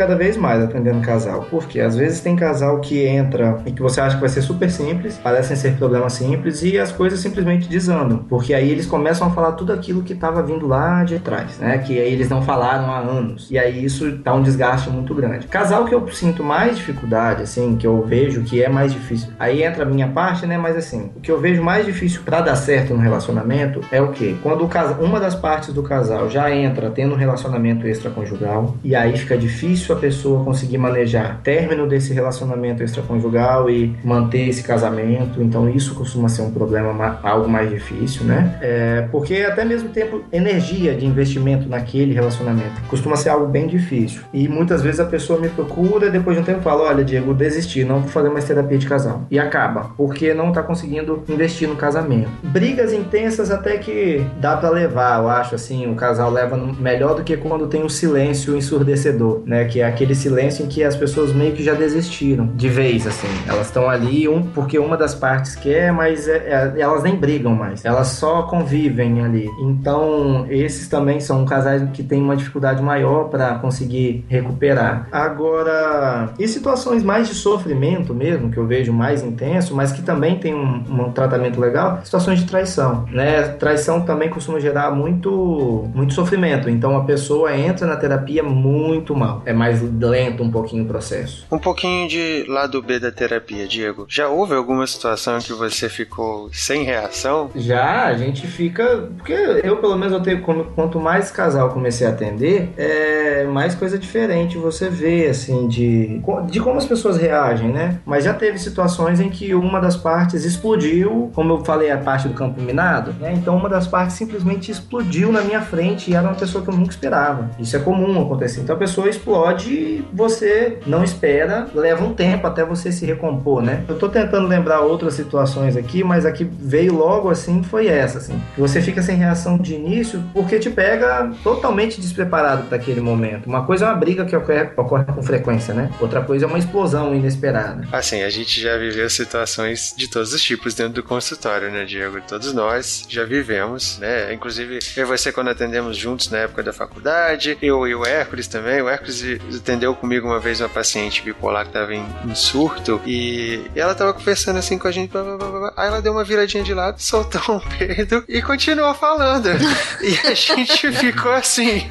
cada vez mais atendendo casal. Porque às vezes tem casal que entra e que você acha que vai ser super simples, parecem ser problemas simples e as coisas simplesmente desandam. Porque aí eles começam a falar tudo aquilo que estava vindo lá de trás, né? Que aí eles não falaram há anos. E aí isso dá um desgaste muito grande. Casal que eu sinto mais dificuldade, assim, que eu vejo que é mais difícil. Aí entra a minha parte, né? Mas assim, o que eu vejo mais difícil pra dar certo no relacionamento é o quê? Quando o casal, uma das partes do casal já entra tendo um relacionamento extraconjugal e aí fica difícil a pessoa conseguir manejar término desse relacionamento extraconjugal e manter esse casamento. Então isso costuma ser um problema, algo mais difícil, né? É, porque até mesmo tempo, energia de investimento naquele relacionamento costuma ser algo bem difícil. E muitas vezes a pessoa me procura e depois de um tempo fala: olha, Diego, desisti, não vou fazer mais terapia de casal. E acaba, porque não tá conseguindo investir no casamento. Brigas intensas até que dá pra levar, eu acho, assim, o casal leva melhor do que quando tem um silêncio ensurdecedor, né? Que é aquele silêncio em que as pessoas meio que já desistiram de vez, assim. Elas estão ali um, porque uma das partes quer, mas é, é, elas nem brigam mais. Elas só convivem ali. Então, esses também são casais que têm uma dificuldade maior para conseguir recuperar. Agora, e situações mais de sofrimento mesmo, que eu vejo mais intenso, mas que também tem um, um tratamento legal, situações de traição, né? Traição também costuma gerar muito, muito sofrimento. Então, a pessoa entra na terapia muito mal. É mais lento um pouquinho o processo. Um pouquinho de lado B da terapia, Diego. Já houve alguma situação em que você ficou sem reação? Já, a gente fica... Porque eu, pelo menos, eu tenho... Quanto mais casal comecei a atender, é mais coisa diferente você vê, assim, de, de como as pessoas reagem, né? Mas já teve situações em que uma das partes explodiu, como eu falei, a parte do campo minado, né? Então, uma das partes simplesmente explodiu na minha frente e era uma pessoa que eu nunca esperava. Isso é comum acontecer. Então, a pessoa explode e você não espera, leva um tempo até você se recompor, né? Eu tô tentando lembrar outras situações aqui, mas a que veio logo assim foi essa, assim. Você fica sem reação de início porque te pega totalmente despreparado para aquele momento. Uma coisa é uma briga que ocorre, ocorre com frequência, né? Outra coisa é uma explosão inesperada. Assim, a gente já viveu situações de todos os tipos dentro do consultório, né, Diego? Todos nós já vivemos, né? Inclusive, eu e você, quando atendemos juntos na época da faculdade, eu e o Hércules também. O Hércules atendeu comigo uma vez uma paciente bipolar que estava em, em surto e ela estava conversando assim com a gente, blá, blá, blá, blá. Aí ela deu uma viradinha de lado, soltou um peido e continuou falando. E a gente ficou assim,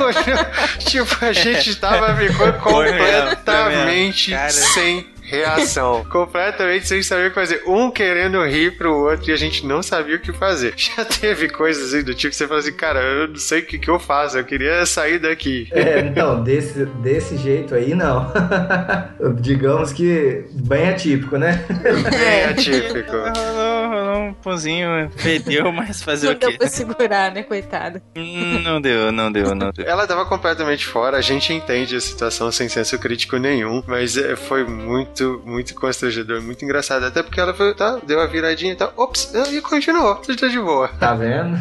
tipo, a gente tava, ficou completamente sem reação. Completamente sem saber o que fazer. Um querendo rir pro outro e a gente não sabia o que fazer. Já teve coisas assim do tipo que você fala assim, cara, eu não sei o que, que eu faço, eu queria sair daqui. É, então, desse, desse jeito aí, não. Digamos que bem atípico, né? Bem atípico. Rolou, rolou um pãozinho, perdeu, mas fazer não o quê? Não deu pra segurar, né, coitada? Não deu, não deu, não deu. Ela tava completamente fora, a gente entende a situação sem senso crítico nenhum, mas foi muito muito constrangedor, muito engraçado, até porque ela foi, tá, deu a viradinha e tal, ops, e continuou, tudo tá de boa. Tá vendo?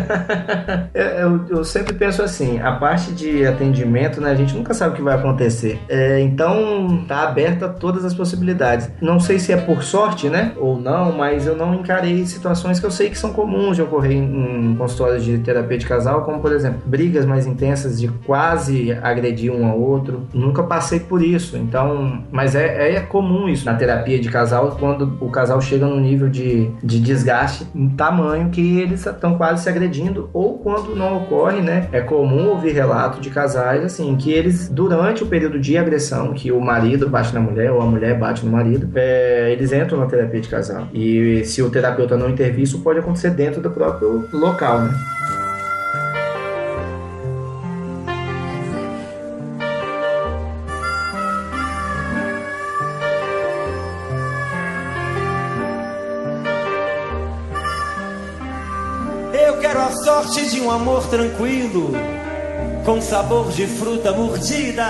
eu, eu sempre penso assim, a parte de atendimento, né, a gente nunca sabe o que vai acontecer, é, então tá aberta a todas as possibilidades. Não sei se é por sorte, né, ou não, mas eu não encarei situações que eu sei que são comuns de ocorrer em, em consultórios de terapia de casal, como por exemplo, brigas mais intensas de quase agredir um ao outro. Nunca passei por isso, então, mas é, é comum isso na terapia de casal, quando o casal chega num nível de, de desgaste um tamanho que eles estão quase se agredindo, ou quando não ocorre, né? É comum ouvir relatos de casais, assim, que eles, durante o período de agressão, que o marido bate na mulher, ou a mulher bate no marido, é, eles entram na terapia de casal. E se o terapeuta não intervir, isso pode acontecer dentro do próprio local, né? Sorte de um amor tranquilo, com sabor de fruta mordida.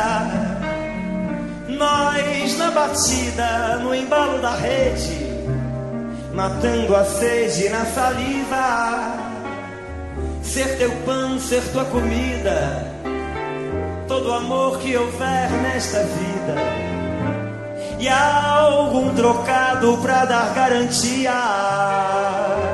Nós na batida, no embalo da rede, matando a sede na saliva. Ser teu pão, ser tua comida, todo amor que houver nesta vida. E algum trocado pra dar garantia. Diego,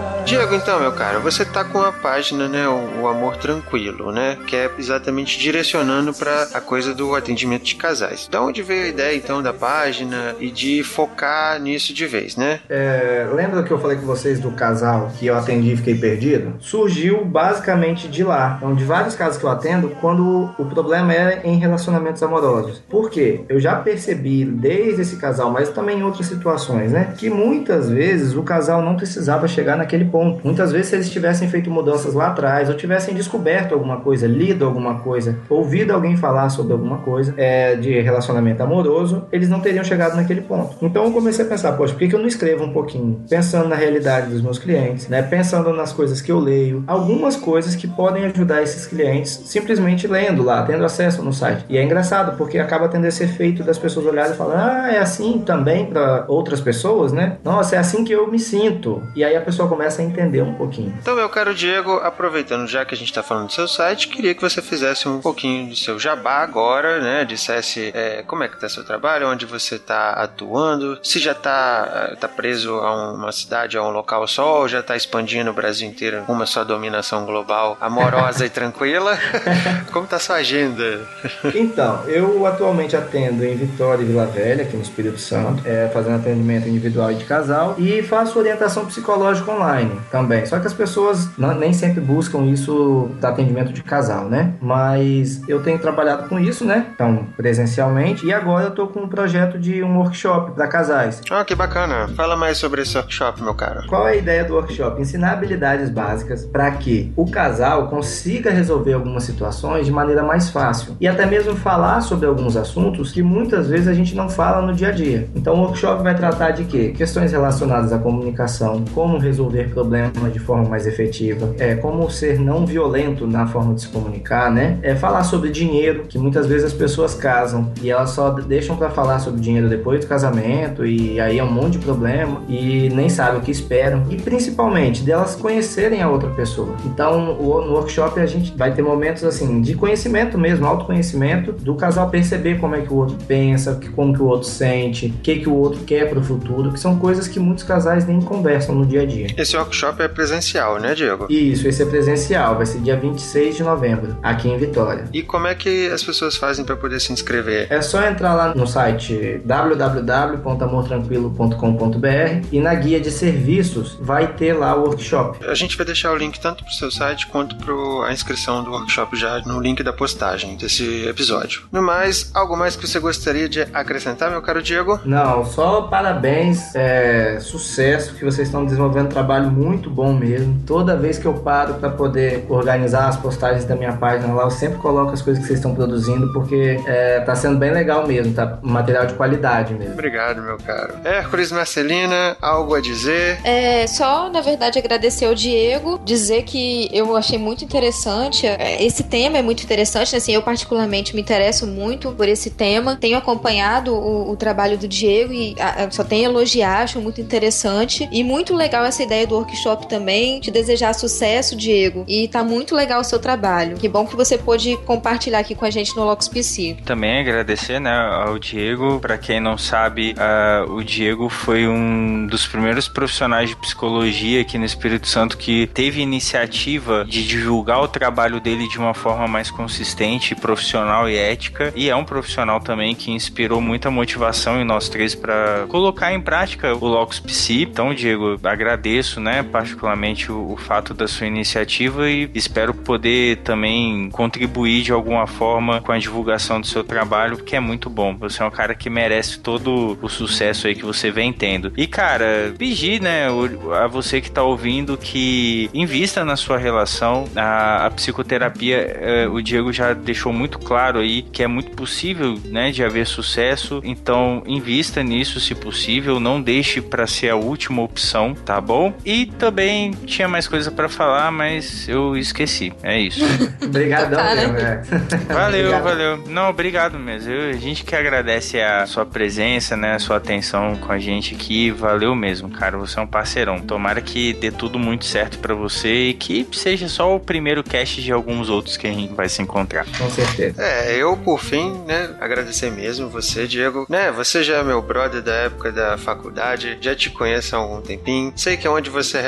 Diego, então, meu cara, você tá com a página, né, o, o Amor Tranquilo, né, que é exatamente direcionando pra a coisa do atendimento de casais. Da onde veio a ideia, então, da página e de focar nisso de vez, né? É, lembra que eu falei com vocês do casal que eu atendi e fiquei perdido? Surgiu basicamente de lá. Então, de vários casos que eu atendo, quando o problema é em relacionamentos amorosos. Por quê? Eu já percebi desde esse casal, mas também em outras situações, né, que muitas vezes o casal não precisava chegar naquele ponto. Muitas vezes, se eles tivessem feito mudanças lá atrás, ou tivessem descoberto alguma coisa, lido alguma coisa, ouvido alguém falar sobre alguma coisa é, de relacionamento amoroso, eles não teriam chegado naquele ponto. Então eu comecei a pensar, poxa, por que, que eu não escrevo um pouquinho? Pensando na realidade dos meus clientes, né? Pensando nas coisas que eu leio, algumas coisas que podem ajudar esses clientes simplesmente lendo lá, tendo acesso no site. E é engraçado, porque acaba tendo esse efeito das pessoas olharem e falarem, ah, é assim também para outras pessoas, né? Nossa, é assim que eu me sinto. E aí a pessoa começa a entender um pouquinho. Então, meu caro Diego, aproveitando já que a gente está falando do seu site, queria que você fizesse um pouquinho do seu jabá agora, né? Dissesse é, como é que está seu trabalho, onde você está atuando, se já está tá preso a uma cidade, a um local só, ou já está expandindo o Brasil inteiro com uma só dominação global amorosa e tranquila. Como está sua agenda? Então, eu atualmente atendo em Vitória e Vila Velha, aqui no Espírito Santo, é, fazendo atendimento individual e de casal, e faço orientação psicológica online também. Só que as pessoas não, nem sempre buscam isso do atendimento de casal, né? Mas eu tenho trabalhado com isso, né? Então, presencialmente, e agora eu tô com um projeto de um workshop para casais. Ah, que bacana. Fala mais sobre esse workshop, meu cara. Qual é a ideia do workshop? Ensinar habilidades básicas para que o casal consiga resolver algumas situações de maneira mais fácil. E até mesmo falar sobre alguns assuntos que muitas vezes a gente não fala no dia a dia. Então, o workshop vai tratar de quê? Questões relacionadas à comunicação, como resolver problemas de forma mais efetiva, é, como ser não violento na forma de se comunicar, né? É, falar sobre dinheiro, que muitas vezes as pessoas casam e elas só deixam para falar sobre dinheiro depois do casamento, e aí é um monte de problema e nem sabem o que esperam. E principalmente delas conhecerem a outra pessoa. Então, no workshop a gente vai ter momentos assim de conhecimento mesmo, autoconhecimento, do casal perceber como é que o outro pensa, como que o outro sente, o que que o outro quer pro futuro, que são coisas que muitos casais nem conversam no dia a dia. Esse workshop é presencial, né, Diego? Isso, esse é presencial, vai ser dia vinte e seis de novembro, aqui em Vitória. E como é que as pessoas fazem para poder se inscrever? É só entrar lá no site w w w ponto amor tranquilo ponto com ponto b r e na guia de serviços vai ter lá o workshop. A gente vai deixar o link tanto pro seu site quanto para a inscrição do workshop já no link da postagem desse episódio. No mais, algo mais que você gostaria de acrescentar, meu caro Diego? Não, só parabéns, é, sucesso, que vocês estão desenvolvendo um trabalho muito bom mesmo. Toda vez que eu paro para poder organizar as postagens da minha página lá, eu sempre coloco as coisas que vocês estão produzindo, porque é, tá sendo bem legal mesmo, tá? Material de qualidade mesmo. Obrigado, meu caro. Hércules, Marcelina, algo a dizer? É, só, na verdade, agradecer ao Diego, dizer que eu achei muito interessante, esse tema é muito interessante, assim, eu particularmente me interesso muito por esse tema, tenho acompanhado o, o trabalho do Diego e a, só tenho a elogiar, acho muito interessante e muito legal essa ideia do workshop também, te desejar sucesso, Diego, e tá muito legal o seu trabalho, que bom que você pôde compartilhar aqui com a gente no Locus P C. Também agradecer, né, ao Diego. Pra quem não sabe, uh, o Diego foi um dos primeiros profissionais de psicologia aqui no Espírito Santo que teve iniciativa de divulgar o trabalho dele de uma forma mais consistente, profissional e ética, e é um profissional também que inspirou muita motivação em nós três para colocar em prática o Locus P C. Então, Diego, agradeço, né, particularmente o, o fato da sua iniciativa e espero poder também contribuir de alguma forma com a divulgação do seu trabalho, que é muito bom. Você é um cara que merece todo o sucesso aí que você vem tendo. E, cara, pedir, né, a você que tá ouvindo que invista na sua relação. A, a psicoterapia, é, o Diego já deixou muito claro aí que é muito possível, né, de haver sucesso. Então, invista nisso se possível. Não deixe pra ser a última opção, tá bom? E também tinha mais coisa pra falar, mas eu esqueci. É isso. Obrigadão, Tá, né? né? Valeu, Obrigado. valeu. Não, obrigado mesmo. Eu, a gente que agradece a sua presença, né, a sua atenção com a gente aqui. Valeu mesmo, cara. Você é um parceirão. Tomara que dê tudo muito certo pra você e que seja só o primeiro cast de alguns outros que a gente vai se encontrar. Com certeza. É, eu, por fim, né, agradecer mesmo você, Diego. Né, você já é meu brother da época da faculdade, já te conheço há algum tempinho. Sei que onde você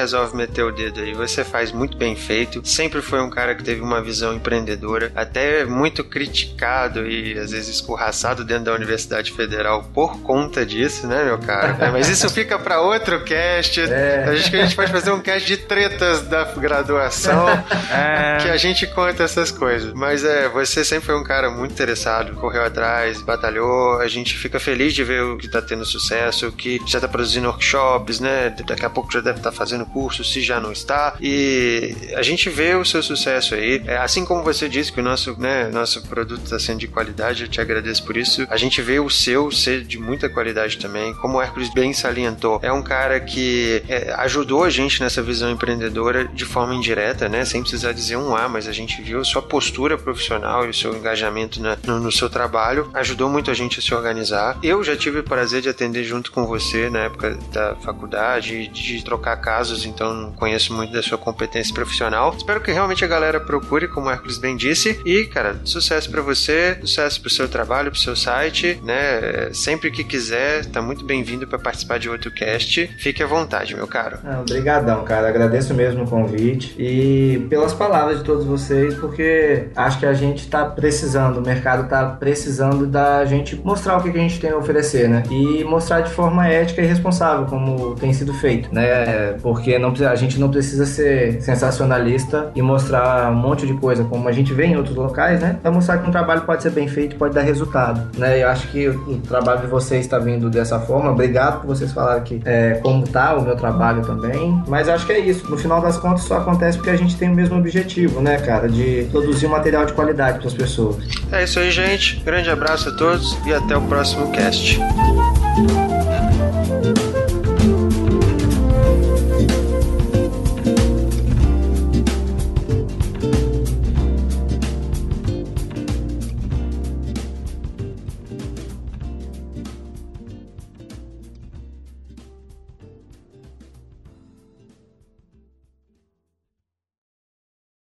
resolve meter o dedo aí. Você faz muito bem feito. Sempre foi um cara que teve uma visão empreendedora, até muito criticado e às vezes escorraçado dentro da Universidade Federal por conta disso, né, meu cara? É, mas isso fica pra outro cast. É. Acho que a gente pode fazer um cast de tretas da graduação, é. que a gente conta essas coisas. Mas é, você sempre foi um cara muito interessado, correu atrás, batalhou. A gente fica feliz de ver o que tá tendo sucesso, que já tá produzindo workshops, né? Daqui a pouco já deve estar tá fazendo curso, se já não está. E a gente vê o seu sucesso aí. É, assim como você disse que o nosso, né, nosso produto está sendo de qualidade, eu te agradeço por isso. A gente vê o seu ser de muita qualidade também. Como o Hércules bem salientou, é um cara que é, ajudou a gente nessa visão empreendedora de forma indireta, né? Sem precisar dizer um A, mas a gente viu a sua postura profissional e o seu engajamento na, no, no seu trabalho. Ajudou muito a gente a se organizar. Eu já tive o prazer de atender junto com você na época da faculdade, de trocar casos, então conheço muito da sua competência profissional. Espero que realmente a galera procure, como o Hércules bem disse. E, cara, sucesso pra você, sucesso pro seu trabalho, pro seu site, né? Sempre que quiser, tá muito bem-vindo pra participar de outro cast. Fique à vontade, meu caro. Ah, obrigadão, cara. Agradeço mesmo o convite e pelas palavras de todos vocês, porque acho que a gente tá precisando, o mercado tá precisando da gente mostrar o que a gente tem a oferecer, né? E mostrar de forma ética e responsável, como tem sido feito, né? Porque não, a gente não precisa ser sensacionalista e mostrar um monte de coisa, como a gente vê em outros locais, né? Pra mostrar que um trabalho pode ser bem feito, pode dar resultado, né? Eu acho que o, o trabalho de vocês está vindo dessa forma. Obrigado por vocês falarem que é, como tá o meu trabalho também. Mas acho que é isso. No final das contas, só acontece porque a gente tem o mesmo objetivo, né, cara? De produzir um material de qualidade para as pessoas. É isso aí, gente. Grande abraço a todos e até o próximo cast.